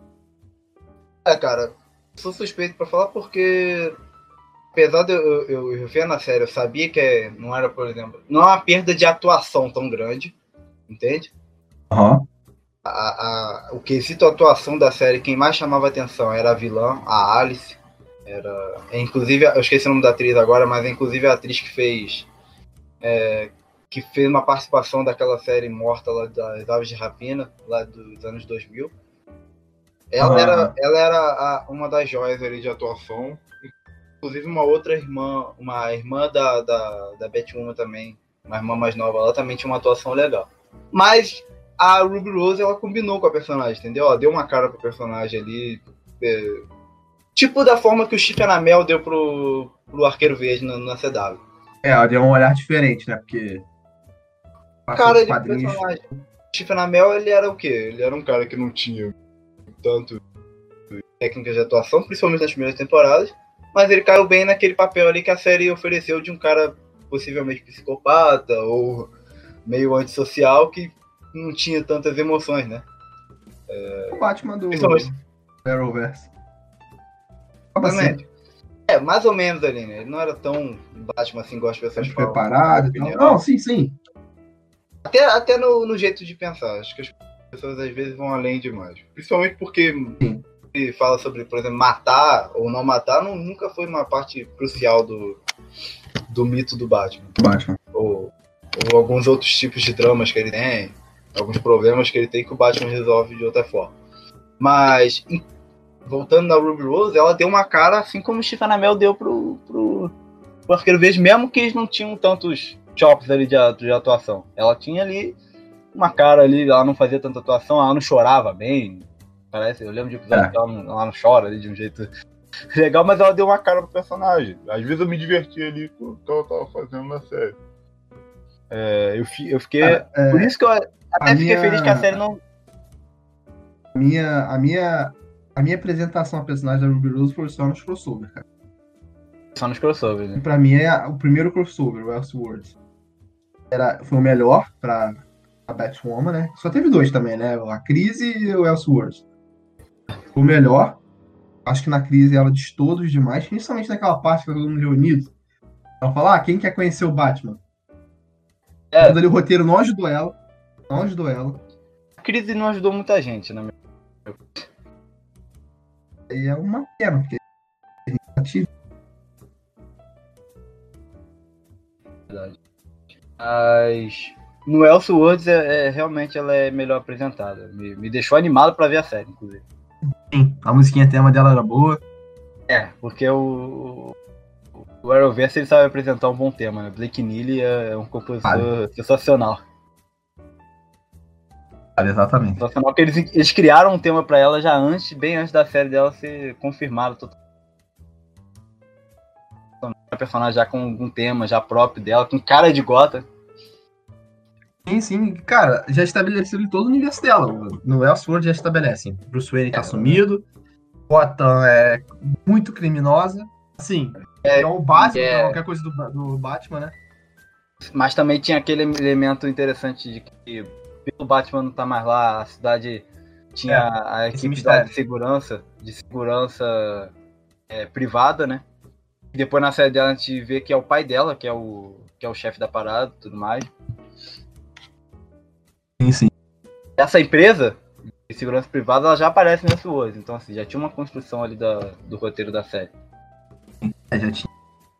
É, cara, sou suspeito pra falar porque, apesar de eu, eu, eu ver na série, eu sabia que é, não era, por exemplo, não é uma perda de atuação tão grande, entende? Aham. Uhum. A, a, o quesito atuação da série, quem mais chamava atenção era a vilã, a Alice. Era, é, inclusive, eu esqueci o nome da atriz agora, mas é inclusive a atriz que fez é, que fez uma participação daquela série morta lá das Aves de Rapina, lá dos anos dois mil. Ela ah. era, ela era a, uma das joias ali de atuação. Inclusive uma outra irmã, uma irmã da, da, da Batwoman também, uma irmã mais nova, ela também tinha uma atuação legal. Mas a Ruby Rose, ela combinou com a personagem, entendeu? Ela deu uma cara pro personagem ali, é, tipo da forma que o Stephen Amell deu pro, pro Arqueiro Verde na, na C W. É, ela deu um olhar diferente, né? Porque... Cara, ele personagem. O Stephen Amell, ele era o quê? Ele era um cara que não tinha tanto técnicas de atuação, principalmente nas primeiras temporadas, mas ele caiu bem naquele papel ali que a série ofereceu de um cara possivelmente psicopata ou meio antissocial que não tinha tantas emoções, né? É... O Batman do Arrowverse. Exatamente. É, mais ou menos ali, né? Ele não era tão Batman assim, gosto de pessoas falam. Preparado e tal. Não, sim, sim. Até, até no, no jeito de pensar. Acho que as pessoas às vezes vão além demais. Principalmente porque sim. Ele fala sobre, por exemplo, matar ou não matar, não, nunca foi uma parte crucial do, do mito do Batman. Batman. Ou, ou alguns outros tipos de dramas que ele tem, alguns problemas que ele tem que o Batman resolve de outra forma. Mas, voltando na Ruby Rose, ela deu uma cara assim como o Stephen Amell deu pro, pro, Arqueiro Verde, mesmo que eles não tinham tantos chops ali de, de atuação. Ela tinha ali uma cara ali, ela não fazia tanta atuação, ela não chorava bem. Parece, eu lembro de episódio é. que ela não, ela não chora ali de um jeito legal, mas ela deu uma cara pro personagem. Às vezes eu me diverti ali com o que ela tava fazendo na série. É, eu, eu fiquei. Cara, é, por isso que eu até fiquei minha... feliz que a série não. A minha, a minha, a minha apresentação a personagem da Ruby Rose foi só nos crossover, cara. Só nos crossover, né? E pra mim é o primeiro crossover, o Elseworlds. Era, foi o melhor pra a Batwoman, né? Só teve dois também, né? A Crise e o Elseworlds. Foi o melhor. Acho que na Crise ela destoou dos demais, principalmente naquela parte que tá todo mundo reunido. Ela fala, ah, quem quer conhecer o Batman? É. Quando ali o roteiro não ajudou ela. Não ajudou ela. A Crise não ajudou muita gente, né? E é uma pena, porque verdade. Mas no Elseworlds é, é, realmente ela é melhor apresentada. Me, me deixou animado pra ver a série, inclusive. Sim, a musiquinha tema dela era boa. É, porque o, o Arrowverse ele sabe apresentar um bom tema, né? Blake Neely é um compositor ah, sensacional. Ah, exatamente. Sensacional, porque eles, eles criaram um tema pra ela já antes, bem antes da série dela ser confirmada. A personagem já com um tema já próprio dela, com cara de Gotham. Sim, sim. Cara, já estabelecido em todo o universo dela. No Elseworlds já estabelece. Bruce Wayne tá é, sumido. Gotham é muito criminosa. Assim, é, é o básico é... qualquer coisa do, do Batman, né? Mas também tinha aquele elemento interessante de que pelo Batman não tá mais lá, a cidade tinha é, a equipe de segurança, de segurança é, privada, né? E depois na série dela a gente vê que é o pai dela, que é o, que é o chefe da parada e tudo mais. Sim, sim. Essa empresa de segurança privada ela já aparece nesse hoje, então assim, já tinha uma construção ali da, do roteiro da série. É, já tinha.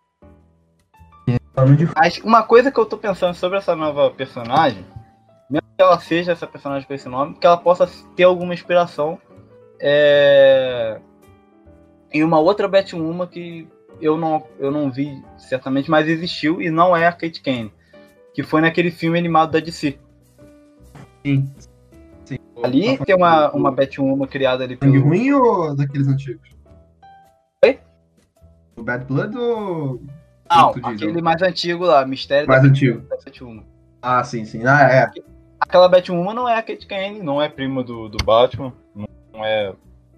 Mas uma coisa que eu tô pensando sobre essa nova personagem, mesmo que ela seja essa personagem com esse nome, que ela possa ter alguma inspiração é... em uma outra Batwoman que eu não, eu não vi certamente, mas existiu e não é a Kate Kane, que foi naquele filme animado da D C. Sim. Sim. Ali tem uma, uma Batwoman criada ali pelo... Sangue ruim ou daqueles antigos? Oi? O Bad Blood ou... Não, aquele mais antigo lá, Mistério mais da antigo. Batwoman. Ah, sim, sim. Ah, é. Aquela Batwoman não é a Kate Kane, não é prima do, do Batman, não é...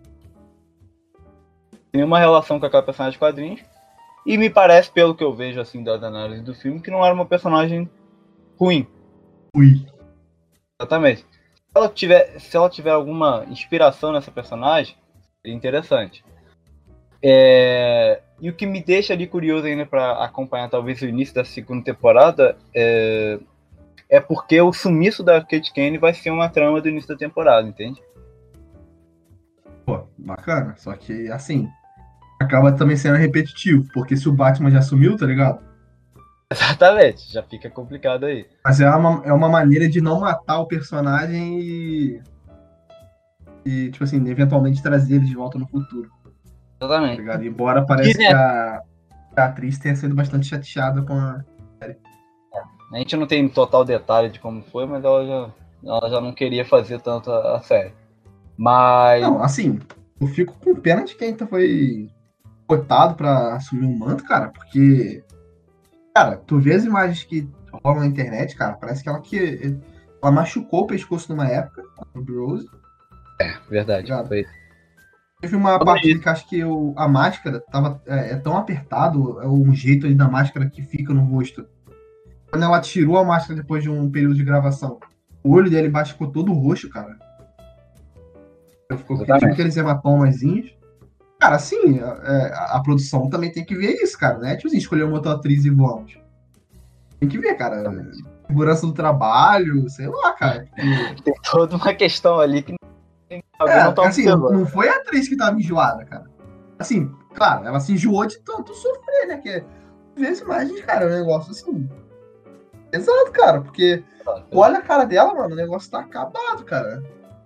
Tem uma relação com aquela personagem de quadrinhos. E me parece, pelo que eu vejo assim da análise do filme, que não era uma personagem ruim. Ui. Exatamente. Se ela tiver, se ela tiver alguma inspiração nessa personagem, é interessante. É... E o que me deixa ali curioso ainda para acompanhar talvez o início da segunda temporada é... é porque o sumiço da Kate Kane vai ser uma trama do início da temporada, entende? Pô, bacana. Só que, assim, acaba também sendo repetitivo, porque se o Batman já sumiu, tá ligado? Exatamente, já fica complicado aí. Mas é uma, é uma maneira de não matar o personagem e, e tipo assim, eventualmente trazer ele de volta no futuro. Exatamente. Tá ligado? Embora pareça que a, a atriz tenha sido bastante chateada com a série. A gente não tem total detalhe de como foi, mas ela já, ela já não queria fazer tanto a, a série. Mas... Não, assim, eu fico com pena de quem foi cotado pra assumir o manto, cara, porque... Cara, tu vê as imagens que rolam na internet, cara, parece que ela que ela machucou o pescoço numa época, a Ruby Rose. É, verdade. Tá Foi. Teve uma parte que acho que o, a máscara tava, é, é tão apertado, é um jeito ali da máscara que fica no rosto. Quando ela tirou a máscara depois de um período de gravação, o olho dele embaixo ficou todo roxo, cara. Ficou tipo aqueles hematomazinhos. Cara, assim, a, a produção também tem que ver isso, cara, né? Tipo assim, escolher uma outra atriz e vamos. Tem que ver, cara. Segurança do trabalho, sei lá, cara. Porque... Tem toda uma questão ali que é, não tá assim, não, não foi a atriz que tava enjoada, cara. Assim, claro, ela se enjoou de tanto sofrer, né? Que ver as imagens, cara, é um negócio assim. Exato, cara, porque olha a cara dela, mano, o negócio tá acabado, cara.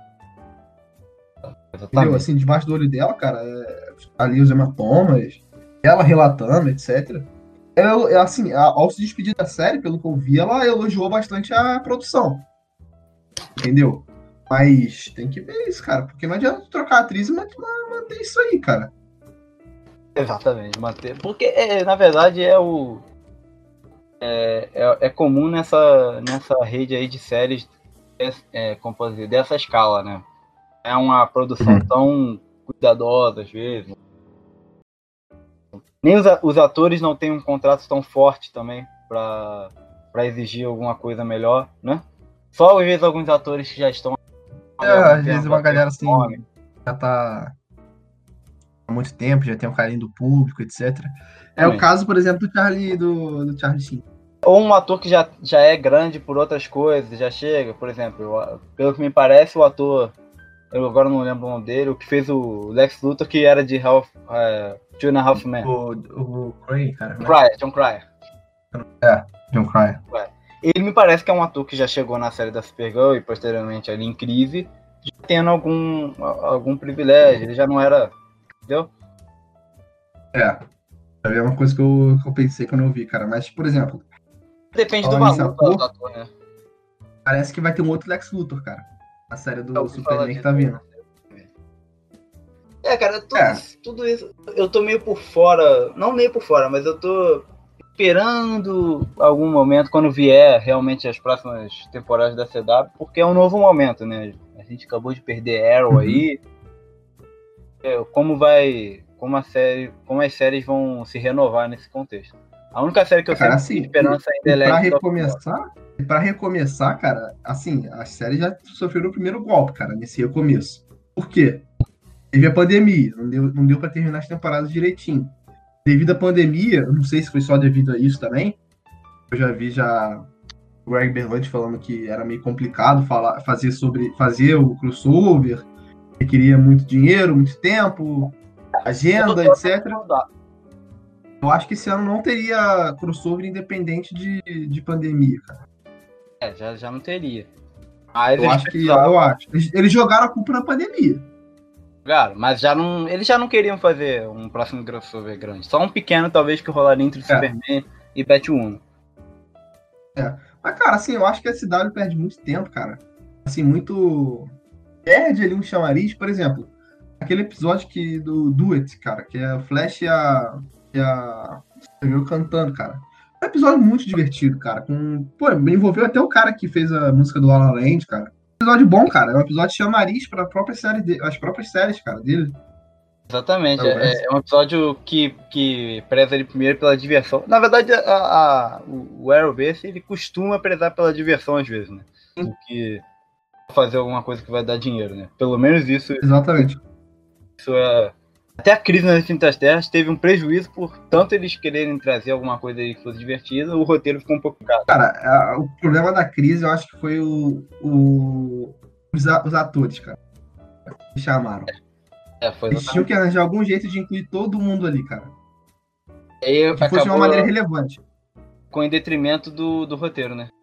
Entendeu? Assim, debaixo do olho dela, cara, é, ali os hematomas, ela relatando, etcétera. Eu, eu, assim, a- ao se despedir da série, pelo que eu vi, ela elogiou bastante a produção. Entendeu? Mas tem que ver isso, cara. Porque não adianta trocar a atriz e man- manter isso aí, cara. Exatamente, manter. Porque, é, na verdade, é o. É, é, é comum nessa, nessa rede aí de séries é, é, como posso dizer, dessa escala, né? É uma produção Uhum. tão cuidadosa, às vezes. Nem os, a- os atores não têm um contrato tão forte também para para exigir alguma coisa melhor, né? Só às vezes alguns atores que já estão É, há algum às vezes tempo, já uma têm galera um nome. assim já tá há muito tempo, já tem um carinho do público, etcétera. É o Também. caso, por exemplo, do Charlie do, do Charlie Sheen. Ou um ator que já, já é grande por outras coisas, já chega, por exemplo, o- pelo que me parece, o ator, eu agora não lembro o nome dele, o que fez o Lex Luthor, que era de Half, é, Two and a Half Men. O, o Crane, cara, né? Cryer, John Cryer. É, John Cryer. Ele me parece que é um ator que já chegou na série da Supergirl e posteriormente ali em Crise, já tendo algum, algum privilégio, ele já não era, entendeu? É, é uma coisa que eu, que eu pensei quando eu vi, cara. Mas, por exemplo, Depende do falando nesse valor do ator, ator, né? parece que vai ter um outro Lex Luthor, cara. A série Eu do ouvi falar Superman que disso tá aí, vindo. né? É, cara, tudo, É, isso- tudo isso, eu tô meio por fora, não meio por fora, mas eu tô esperando algum momento, quando vier realmente as próximas temporadas da C W, porque é um novo momento, né? A gente acabou de perder Arrow uhum. aí, é, como vai, como a série, como as séries vão se renovar nesse contexto. A única série que eu Cara, sempre tive assim, e, esperança ainda e é pra Legend of Tomorrow. recomeçar, e pra recomeçar, cara, assim, a série já sofreu o primeiro golpe, cara, nesse recomeço. Por quê? Teve a pandemia, não deu, não deu pra terminar as temporadas direitinho. Devido à pandemia, eu não sei se foi só devido a isso também, eu já vi já o Greg Berlanti falando que era meio complicado falar, fazer sobre fazer o crossover, que queria muito dinheiro, muito tempo, agenda, Eu até etcétera. concordar. Eu acho que esse ano não teria crossover independente de, de pandemia, cara. É, já, já não teria. Mas Eu eles acho que, eu precisavam, acho. Eles, eles jogaram a culpa na pandemia. cara, mas já não, eles já não queriam fazer um próximo crossover grande. Só um pequeno, talvez, que rolaria entre É, Superman e Batwoman. é. Mas, cara, assim, eu acho que a C W perde muito tempo, cara. Assim, muito. Perde ali um chamariz, por exemplo, aquele episódio que, do Do It, cara, que é a Flash e a. E a. Eu cantando, cara. É um episódio muito divertido, cara. Com, pô, me envolveu até o cara que fez a música do La La Land, cara. Episódio bom, cara. É um episódio chamariz para própria série de, as próprias séries, cara, dele. Exatamente, Arrowverse. é, é um episódio que, que preza ele primeiro pela diversão. Na verdade, a, a, o, o Arrowverse, ele costuma prezar pela diversão às vezes, né? Do que fazer alguma coisa que vai dar dinheiro, né? Pelo menos isso, Exatamente. isso é... Até a crise nas Infinitas Terras teve um prejuízo por tanto eles quererem trazer alguma coisa aí que fosse divertida, o roteiro ficou um pouco caro. Cara, a- o problema da crise, eu acho que foi o, o- os, a- os atores, cara, que chamaram. É, foi Eles tinham exatamente. que arranjar algum jeito de incluir todo mundo ali, cara. Aí Que fosse de uma acabou maneira relevante. com em detrimento do, do roteiro, né?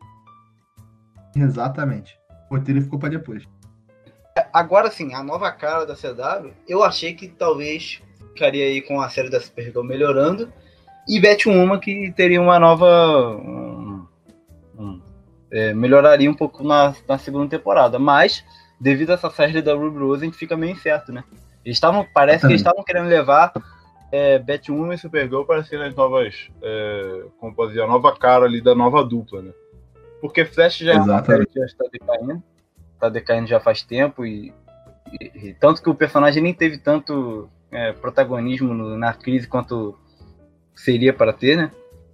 Exatamente. O roteiro ficou pra depois. Agora sim, a nova cara da C W, eu achei que talvez ficaria aí com a série da Supergirl melhorando e Batwoman que teria uma nova... Um, um, é, melhoraria um pouco na, na segunda temporada, mas devido a essa série da Ruby Rose, a gente fica meio incerto, né? Eles estavam, parece que eles estavam querendo levar é, Batwoman e Supergirl para serem as novas, é, como pode dizer, a nova cara ali da nova dupla, né? Porque Flash já é uma série que já está decaindo, está decaindo já faz tempo e, e, e tanto que o personagem nem teve tanto é, protagonismo no, na crise quanto seria para ter, né?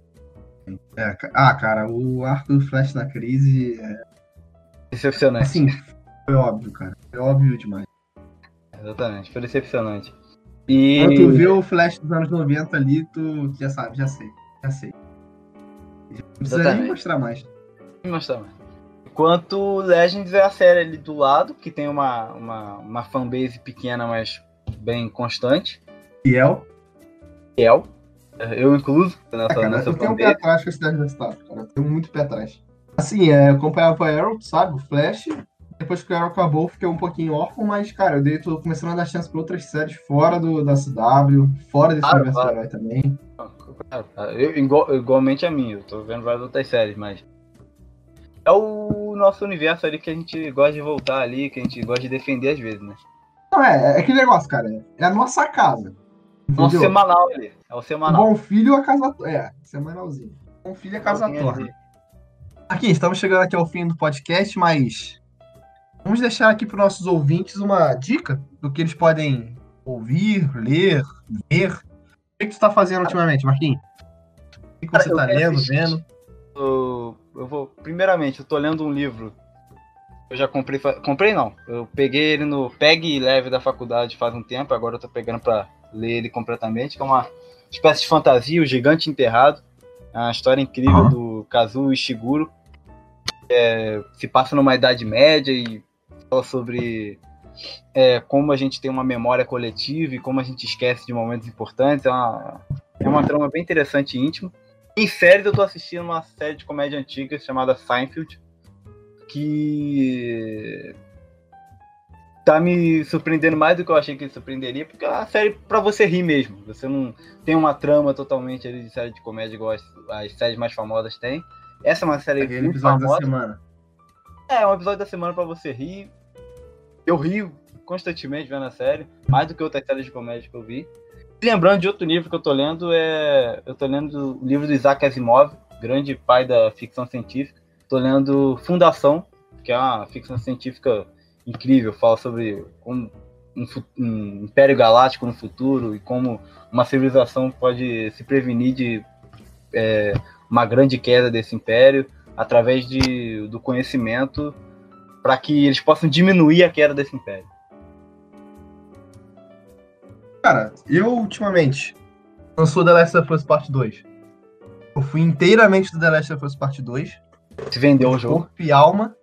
É, ca- ah, cara, o arco do Flash na crise, é, Decepcionante. assim, foi óbvio, cara. Foi óbvio demais. Exatamente, foi decepcionante. E Quando tu vê o Flash dos anos noventa ali, tu já sabe, já sei, já sei. Não precisa nem exatamente. mostrar mais. Mostrar mais. Enquanto Legends é a série ali do lado, que tem uma, uma, uma fanbase pequena, mas bem constante. Fiel. Fiel. Eu incluso nessa, Ah, cara, nessa eu tenho um pé fanbase. atrás com a cidade universitária, cara. Eu tenho muito pé atrás. Assim, é, eu acompanhava o Arrow, sabe? O Flash. Depois que o Arrow acabou, fiquei um pouquinho órfão, mas, cara, eu dei, tô começando a dar chance pra outras séries fora do, da C W, fora desse Claro, universo claro. de herói também. Eu, igual, igualmente a mim, eu tô vendo várias outras séries, mas é o nosso universo ali que a gente gosta de voltar ali, que a gente gosta de defender às vezes, né? Não, é, é aquele negócio, cara. É a nossa casa. Nosso Entendeu? semanal ali, é o O semanal. Bom Filho, a casa... É, semanalzinho. O Bom Filho, a casa torna. Aqui, estamos chegando aqui ao fim do podcast, mas vamos deixar aqui para os nossos ouvintes uma dica do que eles podem ouvir, ler, ver. O que, que tu está fazendo ultimamente, Marquinhos? O que, que você está lendo, assistir, vendo? Eu, eu vou. Primeiramente, eu tô lendo um livro. Eu já comprei. Comprei não. Eu peguei ele no Pegue e Leve da faculdade faz um tempo. Agora eu tô pegando para ler ele completamente. Que é uma espécie de fantasia, o Gigante Enterrado. É uma história incrível uhum. do Kazuo Ishiguro. É, se passa numa Idade Média e fala sobre é, como a gente tem uma memória coletiva e como a gente esquece de momentos importantes. É uma, é uma trama bem interessante e íntima. Em séries, eu tô assistindo uma série de comédia antiga chamada Seinfeld, que tá me surpreendendo mais do que eu achei que ele surpreenderia, porque é uma série pra você rir mesmo. Você não tem uma trama totalmente ali de série de comédia igual as, as séries mais famosas têm. Essa é uma série Aquele muito episódio famosa. da semana. É, um episódio da semana pra você rir. Eu rio constantemente vendo a série, mais do que outras séries de comédia que eu vi. E lembrando de outro livro que eu tô lendo, é... eu tô lendo o livro do Isaac Asimov, grande pai da ficção científica. Tô lendo Fundação, que é uma ficção científica incrível, fala sobre um, um, um império galáctico no futuro e como uma civilização pode se prevenir de é, uma grande queda desse império através de, do conhecimento para que eles possam diminuir a queda desse império. Cara, eu ultimamente lançou The Last of Us Parte dois. Eu fui inteiramente do The Last of Us Parte dois. Se vendeu o jogo. Corpo e alma.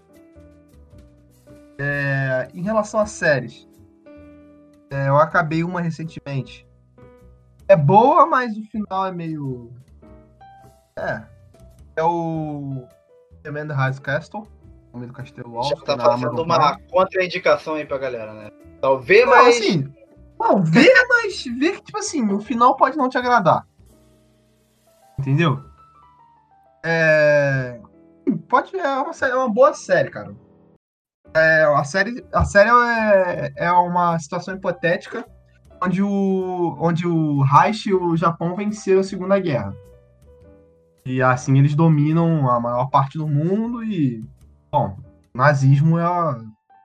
É, em relação a séries, é, eu acabei uma recentemente. É boa, mas o final é meio... É. É o The Man High Castle. O nome do Castelo Alto. Já tá fazendo uma contraindicação aí pra galera, né? Talvez, mas... Assim, não, ver, mas ver que, tipo assim, o final pode não te agradar. Entendeu? É... Pode, é uma, é uma boa série, cara. É, a série, a série é, é uma situação hipotética onde o, onde o Reich e o Japão venceram a Segunda Guerra. E assim eles dominam a maior parte do mundo e, bom, o nazismo é a,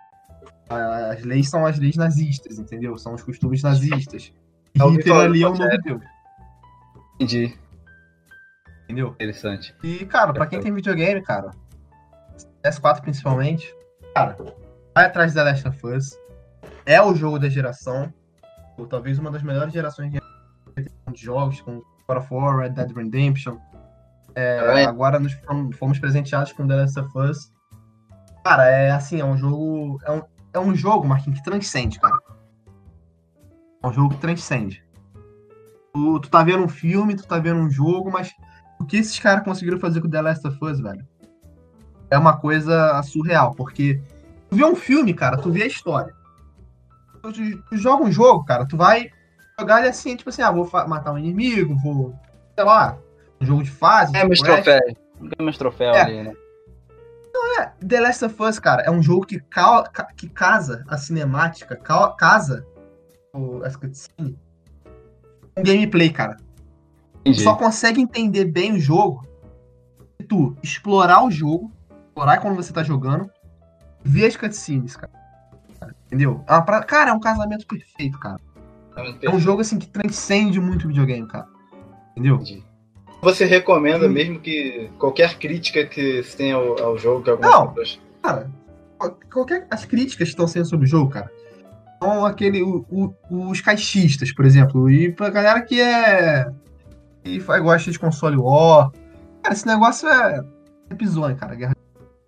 a, as leis são as leis nazistas, entendeu? São os costumes nazistas. E Hitler ali é o novo deus. Entendi. Entendeu? Interessante. E, cara, pra quem tem videogame, cara, P S quatro principalmente, cara, vai atrás da Last of Us. É o jogo da geração. Ou talvez uma das melhores gerações de jogos, com God of War, Red Dead Redemption. É, agora nos fomos presenteados com The Last of Us. Cara, é assim, é um jogo. É um, é um jogo, Marquinhos, que transcende, cara. É um jogo que transcende. Tu, tu tá vendo um filme, tu tá vendo um jogo, mas o que esses caras conseguiram fazer com The Last of Us, velho? É uma coisa surreal, porque tu vê um filme, cara, tu vê a história. Tu, tu, tu joga um jogo, cara, tu vai jogar ele assim, tipo assim, ah, vou matar um inimigo, vou, sei lá, um jogo de fase. É, meus troféus. É meus troféus é. ali, né? Não é. The Last of Us, cara, é um jogo que, ca, que casa a cinemática, ca, casa o, a cutscene com gameplay, cara. Tu só consegue entender bem o jogo se tu explorar o jogo, explorar quando você tá jogando, ver as cutscenes, cara. Entendeu? É uma, cara, é um casamento perfeito, cara. É um jogo assim que transcende muito o videogame, cara. Entendeu? Entendi. Você recomenda, hum. mesmo que qualquer crítica que se tenha ao, ao jogo, que algumas Não, pessoas... cara, qualquer, as críticas que estão sendo sobre o jogo, cara, são aquele, o, o, os caixistas, por exemplo, e pra galera que é... que gosta de console war. Cara, esse negócio é episódio, cara. Guerra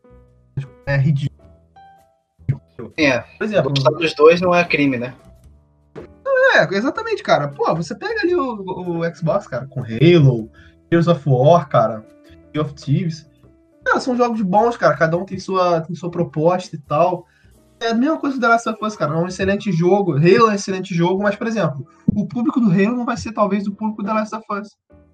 é ridículo. É, por exemplo, gostar dos dois não é crime, né? É, exatamente, cara. Pô, você pega ali o, o Xbox, cara, com Halo, Gears of War, cara, Sea of Thieves. Cara, são jogos bons, cara. Cada um tem sua, tem sua proposta e tal. É a mesma coisa do The Last of Us, cara. É um excelente jogo. Halo é um excelente jogo, mas, por exemplo, o público do Halo não vai ser talvez o público do The Last of Us.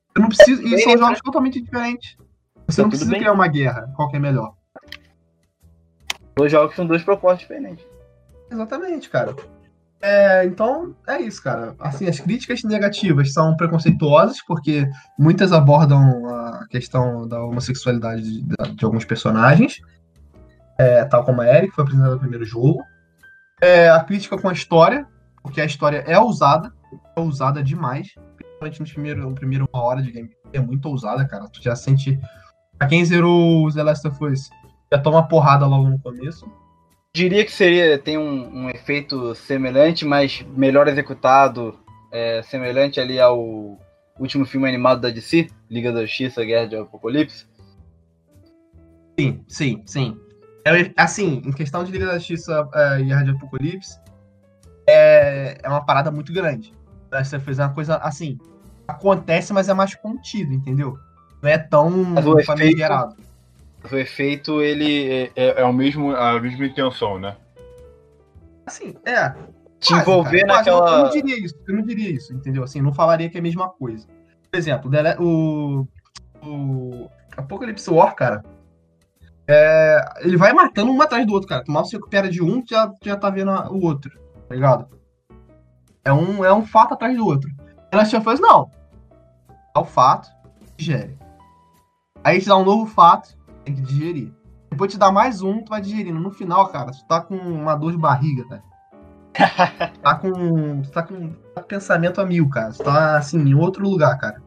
Eu não preciso. E Bem, são né? jogos totalmente diferentes. Você Tá não tudo precisa bem. criar uma guerra. Qual que é melhor? Dois jogos com duas propostas diferentes. Exatamente, cara. É, então, é isso, cara. Assim, as críticas negativas são preconceituosas, porque muitas abordam a questão da homossexualidade de, de alguns personagens, é, tal como a Ellie, que foi apresentada no primeiro jogo. É, a crítica com a história, porque a história é ousada, é ousada demais. Principalmente no primeiro, no primeiro uma hora de gameplay, é muito ousada, cara. Tu já sente. Pra quem zerou o The Last of Us, já toma porrada logo no começo. Diria que seria tem um, um efeito semelhante, mas melhor executado, é, semelhante ali ao último filme animado da D C, Liga da Justiça, Guerra de Apocalipse. Sim, sim, sim. É, assim, em questão de Liga da Justiça é, e Guerra de Apocalipse, é, é uma parada muito grande. Você fez uma coisa assim, acontece, mas é mais contido, entendeu? Não é tão Mas o efeito, famigerado. o efeito ele é, é, é o mesmo, a mesma intenção, né? Assim, é. Te Quase, envolver cara, quase. Eu, eu não naquela. diria isso, eu não diria isso, entendeu? Assim, não falaria que é a mesma coisa. Por exemplo, o, o Apocalipse War, cara, é, ele vai matando um atrás do outro, cara. Tu mal se recupera de um, tu já, já tá vendo a- o outro, tá ligado? É um, é um fato atrás do outro. E Last of Us, não. É o fato, digere. Aí te dá um novo fato, tem que digerir. Depois te dá mais um, tu vai digerindo. No final, cara, tu tá com uma dor de barriga, cara. Tá com. Tu tá com pensamento a mil, cara. Tu tá, assim, em outro lugar, cara.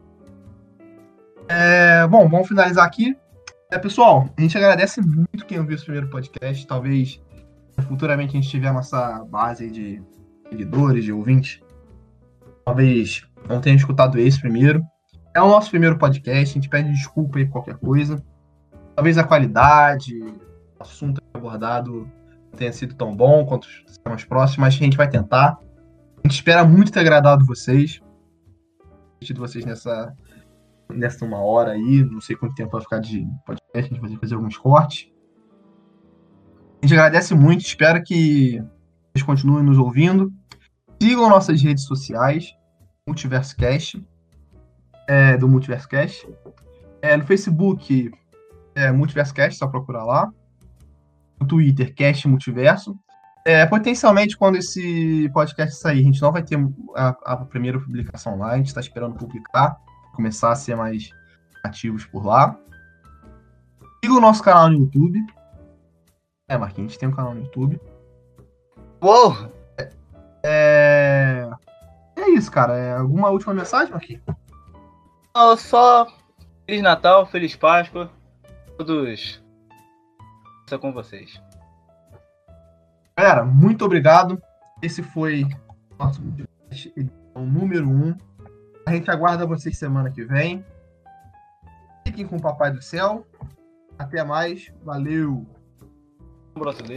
É, bom, vamos finalizar aqui. É, pessoal, a gente agradece muito quem ouviu esse primeiro podcast. Talvez futuramente a gente tiver a nossa base de seguidores, de ouvintes. Talvez não tenha escutado esse primeiro. É o nosso primeiro podcast, a gente pede desculpa aí por qualquer coisa. Talvez a qualidade, o assunto abordado não tenha sido tão bom quanto os temas próximos, mas a gente vai tentar. A gente espera muito ter agradado vocês. Tido vocês nessa, nessa uma hora aí, não sei quanto tempo vai ficar de podcast, a gente vai fazer alguns cortes. A gente agradece muito, espero que vocês continuem nos ouvindo. Sigam nossas redes sociais, Multiverso Cast, é, do Multiverso Cast. É, no Facebook, é, Multiverso Cast, só procurar lá. No Twitter, Cast Multiverso. É, potencialmente, quando esse podcast sair, a gente não vai ter a, a primeira publicação lá, a gente está esperando publicar, começar a ser mais ativos por lá. Siga o nosso canal no YouTube. É, Marquinhos, a gente tem um canal no YouTube. Uou! É, é isso, cara. É alguma última mensagem, Marquinhos? Não, só Feliz Natal, Feliz Páscoa. Todos. Isso é com vocês. Galera, muito obrigado. Esse foi o nosso podcast, edição número um. A gente aguarda vocês semana que vem. Fiquem com o Papai do Céu. Até mais. Valeu! Brasileiro.